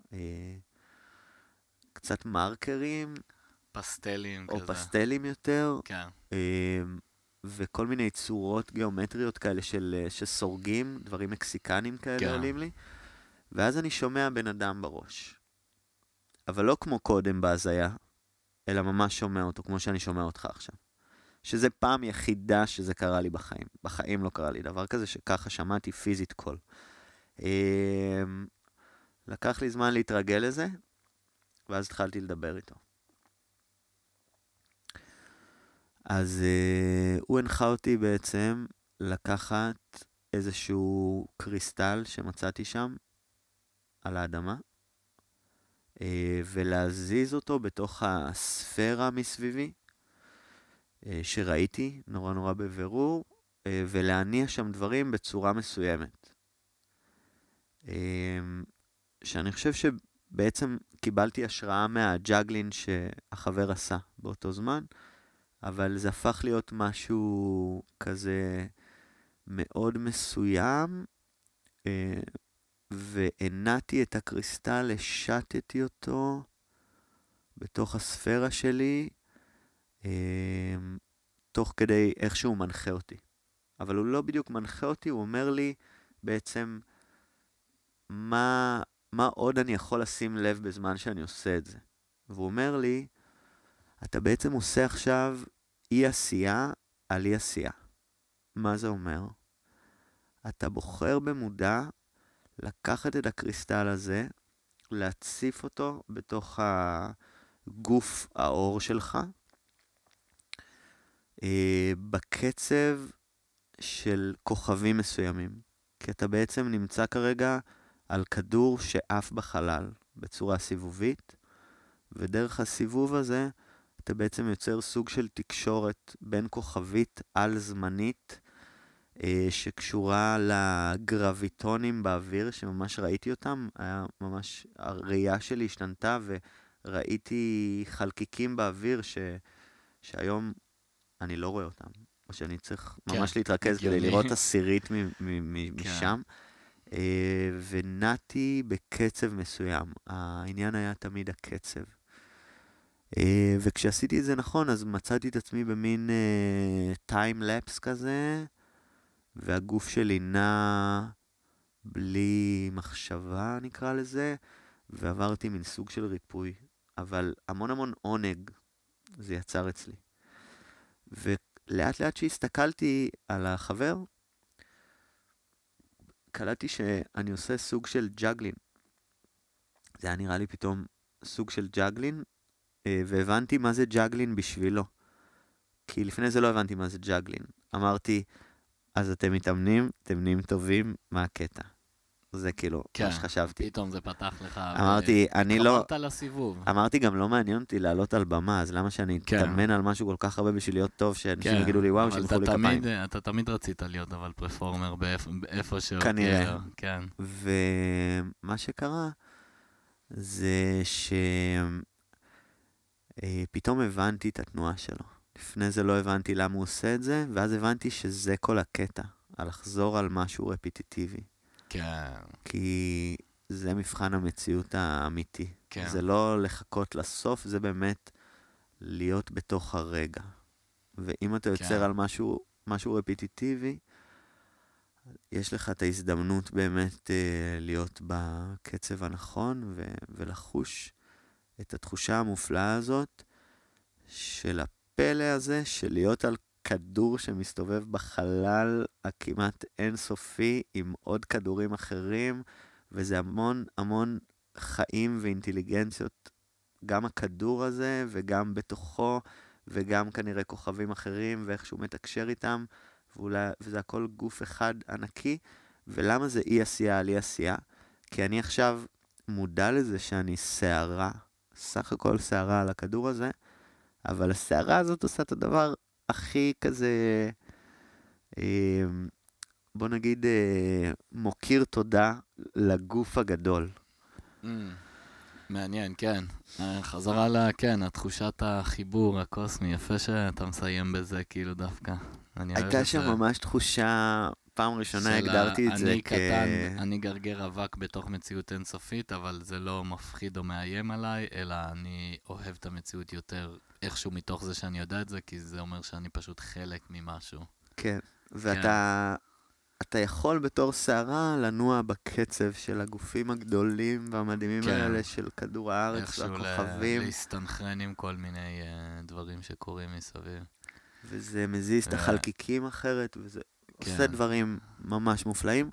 קצת מרקרים, פסטלים או כזה. פסטלים יותר, כן. וכל מיני צורות גיאומטריות כאלה שסורגים, דברים מקסיקנים כאלה כן. עולים לי, ואז אני שומע בן אדם בראש. אבל לא כמו קודם בהזיה, אלא ממש שומע אותו, כמו שאני שומע אותך עכשיו. שזה פעם יחידה שזה קרה לי בחיים. בחיים לא קרה לי דבר כזה, שככה שמעתי פיזית קול. לקח לי זמן להתרגל לזה, ואז התחלתי לדבר איתו. אז הוא הנחה אותי בעצם לקחת איזשהו קריסטל שמצאתי שם על האדמה, ולהזיז אותו בתוך הספירה מסביבי, שראיתי נורא נורא בבירור, ולהניע שם דברים בצורה מסוימת. שאני חושב שבעצם קיבלתי השראה מהג'אגלין שהחבר עשה באותו זמן, אבל זה הפך להיות משהו כזה מאוד מסוים, והנעתי את הקריסטל, השטתי אותו בתוך הספירה שלי, תוך כדי איך שהוא מנחה אותי. אבל הוא לא בדיוק מנחה אותי, הוא אומר לי בעצם מה עוד אני יכול לשים לב בזמן שאני עושה את זה. והוא אומר לי, אתה בעצם עושה עכשיו אי עשייה על אי עשייה. מה זה אומר? אתה בוחר במודע לקחת את הקריסטל הזה, להציף אותו בתוך הגוף האור שלך, בקצב של כוכבים מסוימים. כי אתה בעצם נמצא כרגע על כדור שאף בחלל בצורה סיבובית, ודרך הסיבוב הזה אתה בעצם יוצר סוג של תקשורת בין כוכבית על זמנית, שקשורה לגרביטונים באוויר, שממש ראיתי אותם, היה ממש, הראייה שלי השתנתה, וראיתי חלקיקים באוויר שהיום אני לא רואה אותם, או שאני צריך ממש להתרכז כדי לראות עשירית משם, ונעתי בקצב מסוים. העניין היה תמיד הקצב. וכשעשיתי את זה נכון, אז מצאתי את עצמי במין טיים לפס כזה, והגוף שלי נע בלי מחשבה, נקרא לזה, ועברתי מין סוג של ריפוי. אבל המון המון עונג זה יצר אצלי. ולאט לאט שהסתכלתי על החבר, קלטתי שאני עושה סוג של ג'אגלין. זה היה נראה לי פתאום סוג של ג'אגלין, והבנתי מה זה ג'אגלין בשבילו. כי לפני זה לא הבנתי מה זה ג'אגלין. אמרתי, אז אתם מתאמנים, אתם נהיים טובים, מה הקטע? זה כאילו, מה שחשבתי. פתאום זה פתח לך. אמרתי, אני לא... חברת לסיבוב. אמרתי, גם לא מעניין אותי לעלות על במה, אז למה שאני אתאמן על משהו כל כך הרבה בשביל להיות טוב, שאנשים יגידו לי, וואו, שימחאו לי כפיים. אתה תמיד רצית להיות אבל פרפורמר באיפה שהוא. כנראה. כן. ומה שקרה, זה שפתאום הבנתי את התנועה שלו. לפני זה לא הבנתי למה הוא עושה את זה, ואז הבנתי שזה כל הקטע, על לחזור על משהו רפיטיטיבי. כן. כי זה מבחן המציאות האמיתי. כן. זה לא לחכות לסוף, זה באמת להיות בתוך הרגע. ואם אתה יוצר על משהו רפיטיטיבי, יש לך את ההזדמנות באמת להיות בקצב הנכון, ולחוש את התחושה המופלאה הזאת של הפלא הזה, של להיות על כדור שמסתובב בחלל הכמעט אינסופי עם עוד כדורים אחרים, וזה המון המון חיים ואינטליגנציות, גם הכדור הזה וגם בתוכו, וגם כנראה כוכבים אחרים ואיכשהו מתקשר איתם, וזה הכל גוף אחד ענקי. ולמה זה אי עשייה על אי עשייה? כי אני עכשיו מודע לזה שאני שערה, סך הכל שערה על הכדור הזה, אבל השערה הזאת עושה את הדבר הכי כזה, בוא נגיד, מוקיר תודה לגוף הגדול. מעניין, כן. חזרה כן, התחושת החיבור הקוסמי, יפה שאתה מסיים בזה, כאילו דווקא. הייתה שם ממש תחושה, פעם ראשונה הגדרתי את זה אני גרגר אבק בתוך מציאות אינסופית, אבל זה לא מפחיד או מאיים עליי, אלא אני אוהב את המציאות יותר איכשהו מתוך זה שאני יודע את זה, כי זה אומר שאני פשוט חלק ממשהו. כן, ואתה יכול בתור שערה לנוע בקצב של הגופים הגדולים והמדהימים האלה של כדור הארץ והכוכבים. להסתנכרן עם כל מיני דברים שקורים מסביב. וזה מזיז את החלקיקים אחרת, וזה עושה דברים ממש מופלאים.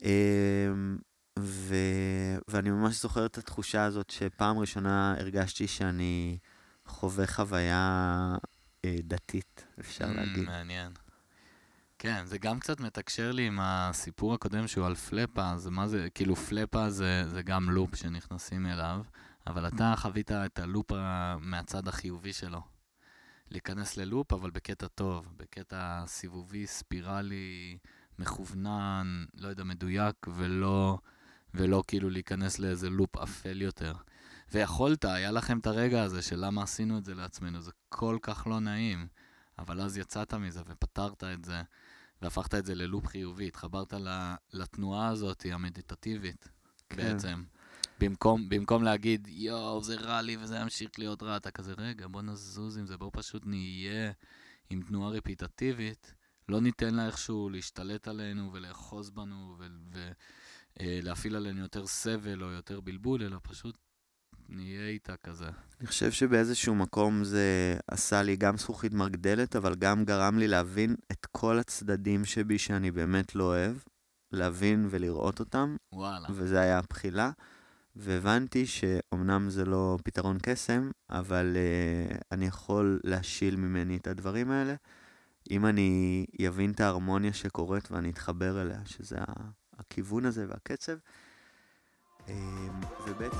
ואני ממש זוכר את התחושה הזאת שפעם ראשונה הרגשתי שאני חווה חוויה דתית, אפשר להגיד. מעניין. כן, זה גם קצת מתקשר לי עם הסיפור הקודם שהוא על פלפה, אז מה זה, כאילו פלפה זה גם לופ שנכנסים אליו, אבל אתה חווית את הלופ מהצד החיובי שלו. להיכנס ללופ, אבל בקטע טוב, בקטע סיבובי, ספירלי, מכוונן, לא יודע, מדויק, ולא כאילו להיכנס לאיזה לופ אפל יותר. ויכולת, היה לכם את הרגע הזה של למה עשינו את זה לעצמנו, זה כל כך לא נעים, אבל אז יצאת מזה ופתרת את זה, והפכת את זה ללופ חיובי, התחברת לתנועה הזאת, המדיטטיבית, בעצם. במקום להגיד, יואו, זה רע לי וזה ימשיך להיות רע, אתה כזה, רגע, בוא נזוז עם זה, בוא פשוט נהיה עם תנועה רפיטטיבית, לא ניתן לה איכשהו להשתלט עלינו ולאחוז בנו ולהפעיל עלינו יותר סבל או יותר בלבול, אלא פשוט נהיה איתה כזה. אני חושב שבאיזשהו מקום זה עשה לי גם זכוכית מגדלת, אבל גם גרם לי להבין את כל הצדדים שבי שאני באמת לא אוהב, להבין ולראות אותם, וואלה. וזה היה הבחילה. והבנתי שאומנם זה לא פתרון קסם, אבל אני יכול להשיל ממני את הדברים האלה, אם אני יבין את ההרמוניה שקורית ואני אתחבר אליה, שזה הכיוון הזה והקצב. ובעצם...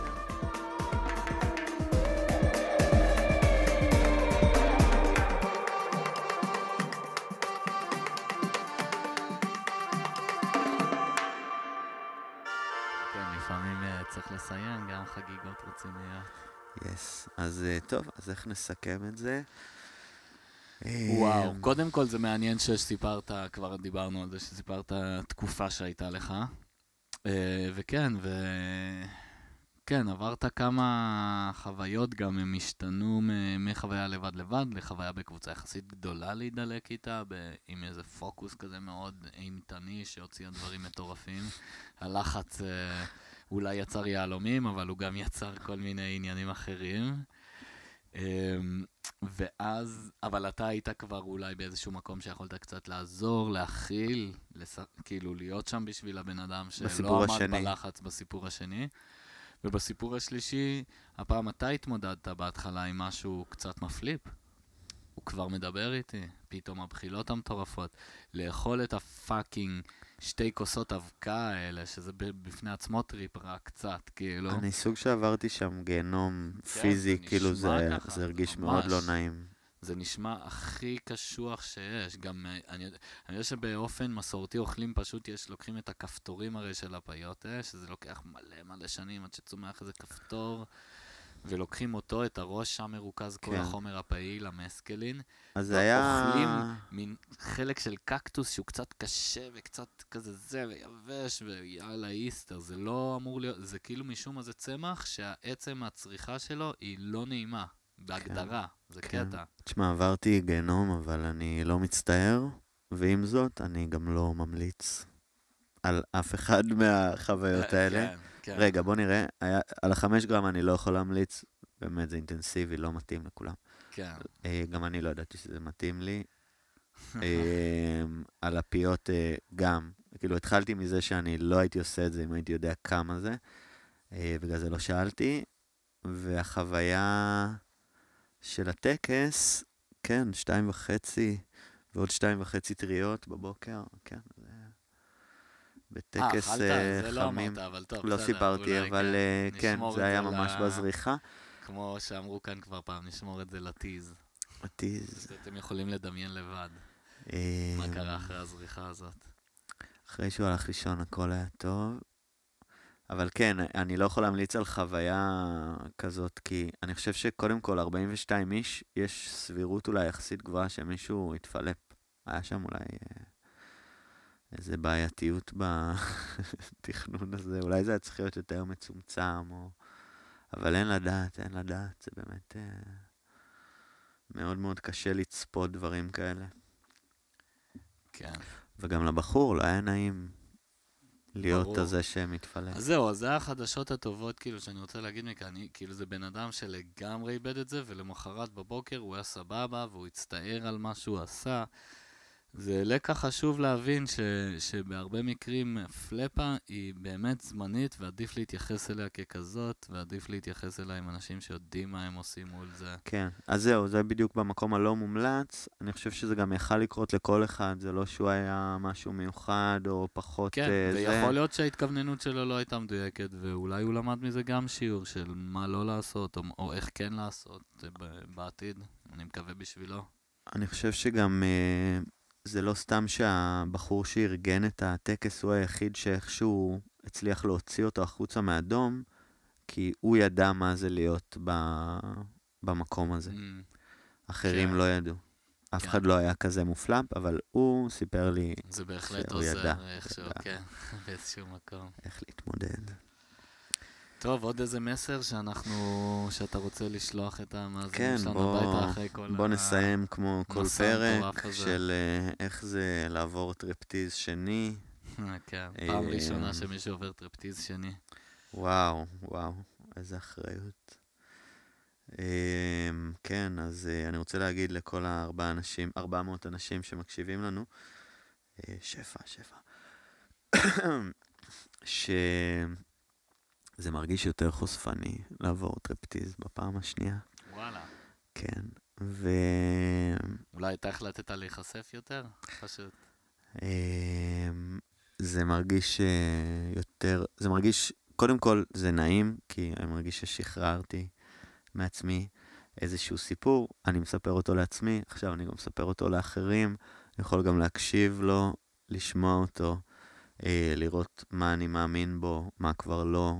לפעמים צריך לסיים, גם חגיגות רציניות. יס, אז טוב, אז איך נסכם את זה? וואו, קודם כל זה מעניין שסיפרת, כבר דיברנו על זה, שסיפרת תקופה שהייתה לך. וכן, עברת כמה חוויות גם, הם השתנו מחוויה לבד לחוויה בקבוצה יחסית גדולה להידלק איתה, עם איזה פוקוס כזה מאוד אימתני שהוציע דברים מטורפים. הלחץ אולי יצר יעלומים, אבל הוא גם יצר כל מיני עניינים אחרים. ואז, אבל אתה היית כבר אולי באיזשהו מקום שיכולת קצת לעזור, להכיל, כאילו להיות שם בשביל הבן אדם שלא עמד בלחץ בסיפור השני. ובסיפור השלישי, הפעם אתה התמודדת בהתחלה עם משהו קצת מפליפ. הוא כבר מדבר איתי, פתאום הבחילות המטורפות, לאכול את הפאקינג 2 כוסות אבקה האלה, שזה בפני עצמו טריפ רק קצת, כאילו. אני סוג שעברתי שם גיהנום פיזי, כאילו זה הרגיש מאוד לא נעים. זה נשמע הכי קשוח שיש. גם אני יודע שבאופן מסורתי אוכלים פשוט לוקחים את הכפתורים הרי של הפיות, שזה לוקח מלא שנים עד שצומח איזה כפתור, ולוקחים אותו, את הראש שם מרוכז כל החומר הפעיל, המסקלין. אז זה היה... אוכלים מין חלק של קקטוס שהוא קצת קשה וקצת כזה זה ויבש ויאללה איסטר. זה לא אמור להיות, זה כאילו משום מה זה צמח שהעצם הצריכה שלו היא לא נעימה. בהגדרה, זה קטע. תשמע, עברתי גיהנום, אבל אני לא מצטער, ועם זאת, אני גם לא ממליץ על אף אחד מהחוויות האלה. רגע, בוא נראה, על 5 גרם אני לא יכול להמליץ, באמת זה אינטנסיבי, לא מתאים לכולם. גם אני לא ידעתי שזה מתאים לי. על הפיות גם, כאילו התחלתי מזה שאני לא הייתי עושה את זה אם הייתי יודע כמה זה, בגלל זה לא שאלתי, והחוויה של הטקס, כן, 2.5 ועוד 2.5 טריות בבוקר, כן, זה בטקס חמים. לא סיפרתי, אבל כן, זה היה ממש בזריחה. כמו שאמרו כאן כבר פעם, נשמור את זה לטיז. טרפטיז. אתם יכולים לדמיין לבד מה קרה אחרי הזריחה הזאת. אחרי שהוא הלך לישון הכל היה טוב. אבל כן, אני לא יכול להמליץ על חוויה כזאת, כי אני חושב שקודם כל 42 איש, יש סבירות אולי יחסית גבוהה שמישהו יתפלפ. היה שם אולי איזה בעייתיות בתכנון הזה, אולי זה היה צריך להיות יותר מצומצם, אבל אין לדעת, זה באמת מאוד מאוד קשה לצפות דברים כאלה. כן. וגם לבחור לא היה נעים להיות ברור. הזה שמתפלא. אז זהו, זה החדשות הטובות, כאילו, שאני רוצה להגיד מכאן, כאילו, זה בן אדם שלגמרי איבד את זה, ולמחרת בבוקר הוא היה סבבה, והוא הצטער על מה שהוא עשה. זה לקח חשוב להבין שבהרבה מקרים פלאפה היא באמת זמנית, ועדיף להתייחס אליה ככזאת, ועדיף להתייחס אליה עם אנשים שיודעים מה הם עושים מול זה. כן, אז זהו, זה בדיוק במקום הלא מומלץ. אני חושב שזה גם יכל לקרות לכל אחד, זה לא שהוא היה משהו מיוחד או פחות כן, זה. ויכול להיות שההתכווננות שלו לא הייתה מדויקת, ואולי הוא למד מזה גם שיעור של מה לא לעשות, או איך כן לעשות בעתיד. אני מקווה בשבילו. אני חושב שגם זה לא סתם שהבחור שארגן את הטקס הוא היחיד שאיכשהו הצליח להוציא אותו החוצה מהדום, כי הוא ידע מה זה להיות במקום הזה. אחרים כן. לא ידעו. אף כן. אחד לא היה כזה מופלפ, אבל הוא סיפר לי זה בהחלט שהוא ידע. עוזר איכשהו, כן, באיזשהו מקום. איך להתמודד. טוב, עוד איזה מסר שאתה רוצה לשלוח את המאזינים כן, שלנו הביתה אחרי כל בוא נסיים כמו כל המסע פרק המטורף הזה. של איך זה לעבור טרפטיז שני. כן, פעם ראשונה שמישהו עובר טרפטיז שני. וואו, איזה אחריות. כן, אז אני רוצה להגיד לכל 400 אנשים שמקשיבים לנו, שפע, שזה מרגיש יותר חושפני לעבור טרפטיז בפעם השנייה. וואלה. כן, אולי אתה החלטת להיחשף יותר? פשוט. זה מרגיש יותר, זה מרגיש, קודם כל זה נעים, כי אני מרגיש ששחררתי מעצמי איזשהו סיפור, אני מספר אותו לעצמי, עכשיו אני גם מספר אותו לאחרים, אני יכול גם להקשיב לו, לשמוע אותו, לראות מה אני מאמין בו, מה כבר לא,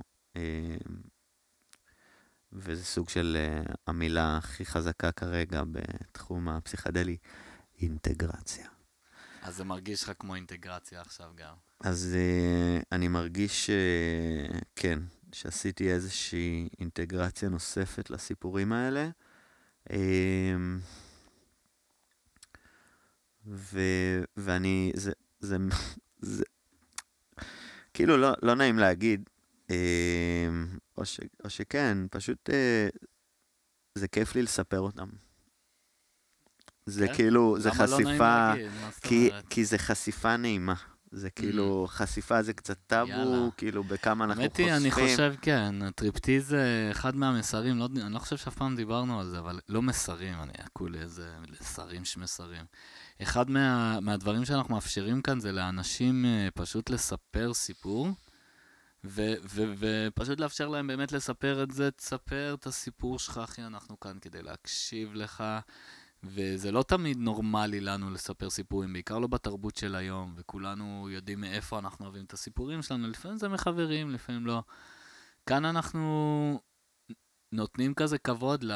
וזה סוג של המילה הכי חזקה כרגע בתחום הפסיכדלי, אינטגרציה. אז זה מרגיש לך כמו אינטגרציה עכשיו גם. אז אני מרגיש כן, שעשיתי איזושהי אינטגרציה נוספת לסיפורים האלה. ואני, זה כאילו לא נעים להגיד, או שכן, פשוט זה כיף לי לספר אותם. זה כאילו, זה חשיפה, כי זה חשיפה נעימה. זה כאילו, חשיפה זה קצת טאבו, כאילו בכמה אנחנו חושפים. האמת היא, אני חושב, כן, הטריפטיז זה אחד מהמסרים, אני לא חושב שאף פעם דיברנו על זה, אבל לא מסרים, אני אקול איזה מסרים שמסרים. אחד מהדברים שאנחנו מאפשרים כאן זה לאנשים פשוט לספר סיפור, ופשוט לאפשר להם באמת לספר את זה, תספר את הסיפור שלך, אחי, אנחנו כאן כדי להקשיב לך, וזה לא תמיד נורמלי לנו לספר סיפורים, בעיקר לא בתרבות של היום, וכולנו יודעים מאיפה אנחנו אוהבים את הסיפורים שלנו, לפעמים זה מחברים, לפעמים לא. כאן אנחנו נותנים כזה כבוד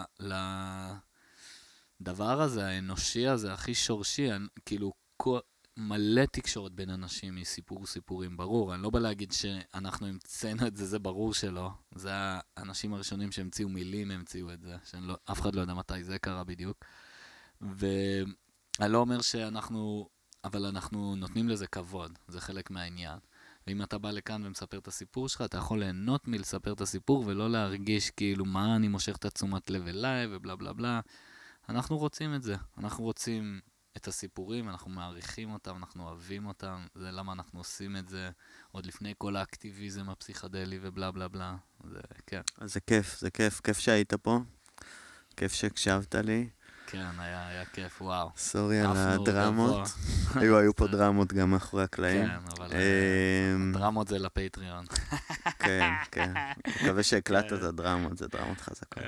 לדבר הזה, האנושי הזה, הכי שורשי, כאילו מלא תקשורת בין אנשים סיפורים, ברור. אני לא בא להגיד שאנחנו המצאנו את זה, זה ברור שלא. זה האנשים הראשונים שהמציאו מילים, המציאו את זה. אף אחד לא יודע מתי זה קרה בדיוק. ואני לא אומר אבל אנחנו נותנים לזה כבוד. זה חלק מהעניין. ואם אתה בא לכאן ומספר את הסיפור שלך, אתה יכול ליהנות מלספר את הסיפור, ולא להרגיש כאילו מה אני מושך את התשומת לב אליי, ובלה בלה בלה. אנחנו רוצים את זה. אנחנו רוצים את הסיפורים, אנחנו מעריכים אותם, אנחנו אוהבים אותם, זה למה אנחנו עושים את זה, עוד לפני כל האקטיביזם הפסיכדלי ובלה בלה בלה, זה כן. אז זה כיף שהיית פה, כיף שהקשבת לי. כן, היה כיף, וואו. סורי על הדרמות. היו פה דרמות גם מאחורי הקלעים. כן, אבל דרמות זה לפטריון. כן, כן. מקווה שהקלטת את הדרמות, זה דרמות חזקות.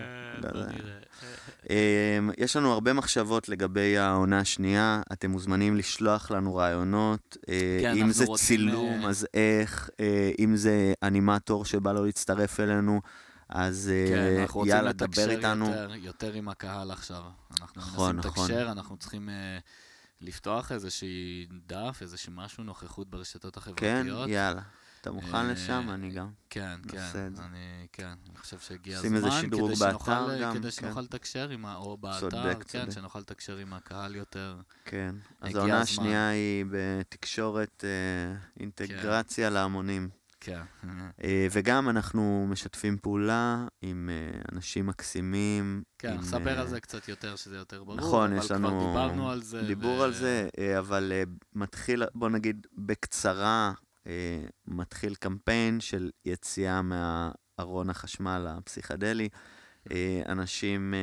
יש לנו הרבה מחשבות לגבי העונה השנייה, אתם מוזמנים לשלוח לנו רעיונות, אם זה צילום, אז איך, אם זה אנימטור שבא לו להצטרף אלינו, אז יאללה, דבר איתנו. אנחנו רוצים לתקשר יותר עם הקהל עכשיו. אנחנו מנסים לתקשר, אנחנו צריכים לפתוח איזושהי דף, איזשהו משהו, נוכחות ברשתות החברתיות. כן, יאללה. אתה מוכן לשם? אני גם. כן, כן. אני חושב שהגיע הזמן. שים איזה שדרוג באתר גם. כדי שנוכל לתקשר עם, או באתר, כן, שנוכל לתקשר עם הקהל יותר. כן. אז העונה השנייה היא בתקשורת אינטגרציה להמונים. כן. וגם אנחנו משתפים פעולה עם אנשים מקסימים. כן, נספר על זה קצת יותר, שזה יותר ברור. נכון, יש לנו... אבל כבר דיברנו על זה. דיבור על זה, אבל מתחיל, בוא נגיד, בקצרה, מתחיל קמפיין של יציאה מהארון החשמל הפסיכדלי. אנשים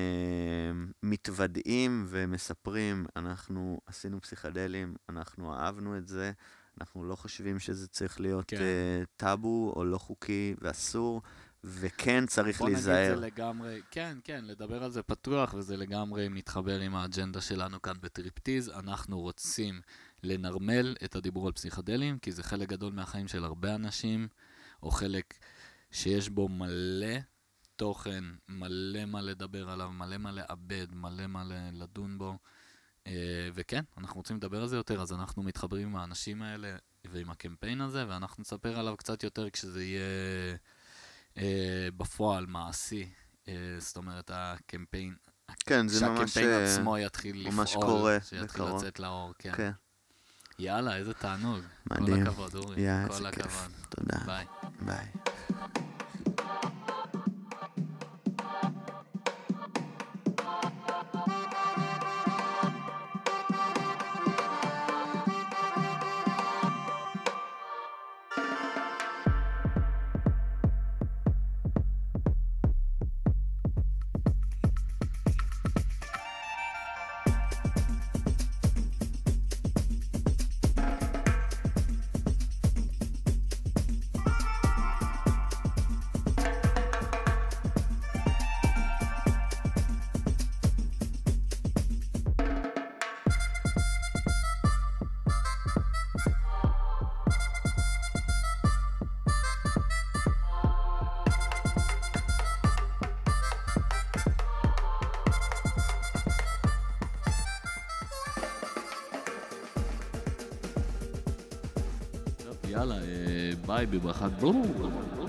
מתוודעים ומספרים, אנחנו עשינו פסיכדלים, אנחנו אהבנו את זה, אנחנו לא חושבים שזה צריך להיות טאבו או לא חוקי ואסור, וכן צריך להיזהר. בוא נגיד זה לגמרי, כן, לדבר על זה פתוח, וזה לגמרי מתחבר עם האג'נדה שלנו כאן בטריפטיז. אנחנו רוצים לנרמל את הדיבור על פסיכדלים, כי זה חלק גדול מהחיים של הרבה אנשים, או חלק שיש בו מלא תוכן, מלא לדבר עליו, מלא לעבד, מלא לדון בו. וכן, אנחנו רוצים לדבר על זה יותר, אז אנחנו מתחברים עם האנשים האלה ועם הקמפיין הזה, ואנחנו נספר עליו קצת יותר כשזה יהיה בפועל, מעשי. זאת אומרת, הקמפיין, כן, זה ממש שהקמפיין עצמו יתחיל ממש לפעול, קורה שיתחיל בקרוב. לצאת לאור, כן. כן. יאללה, איזה תענוג. מדהים. כל הכבוד, אורי. כל הכבוד. תודה. ביי. ביי. יאללה, ביי בברכת בלו.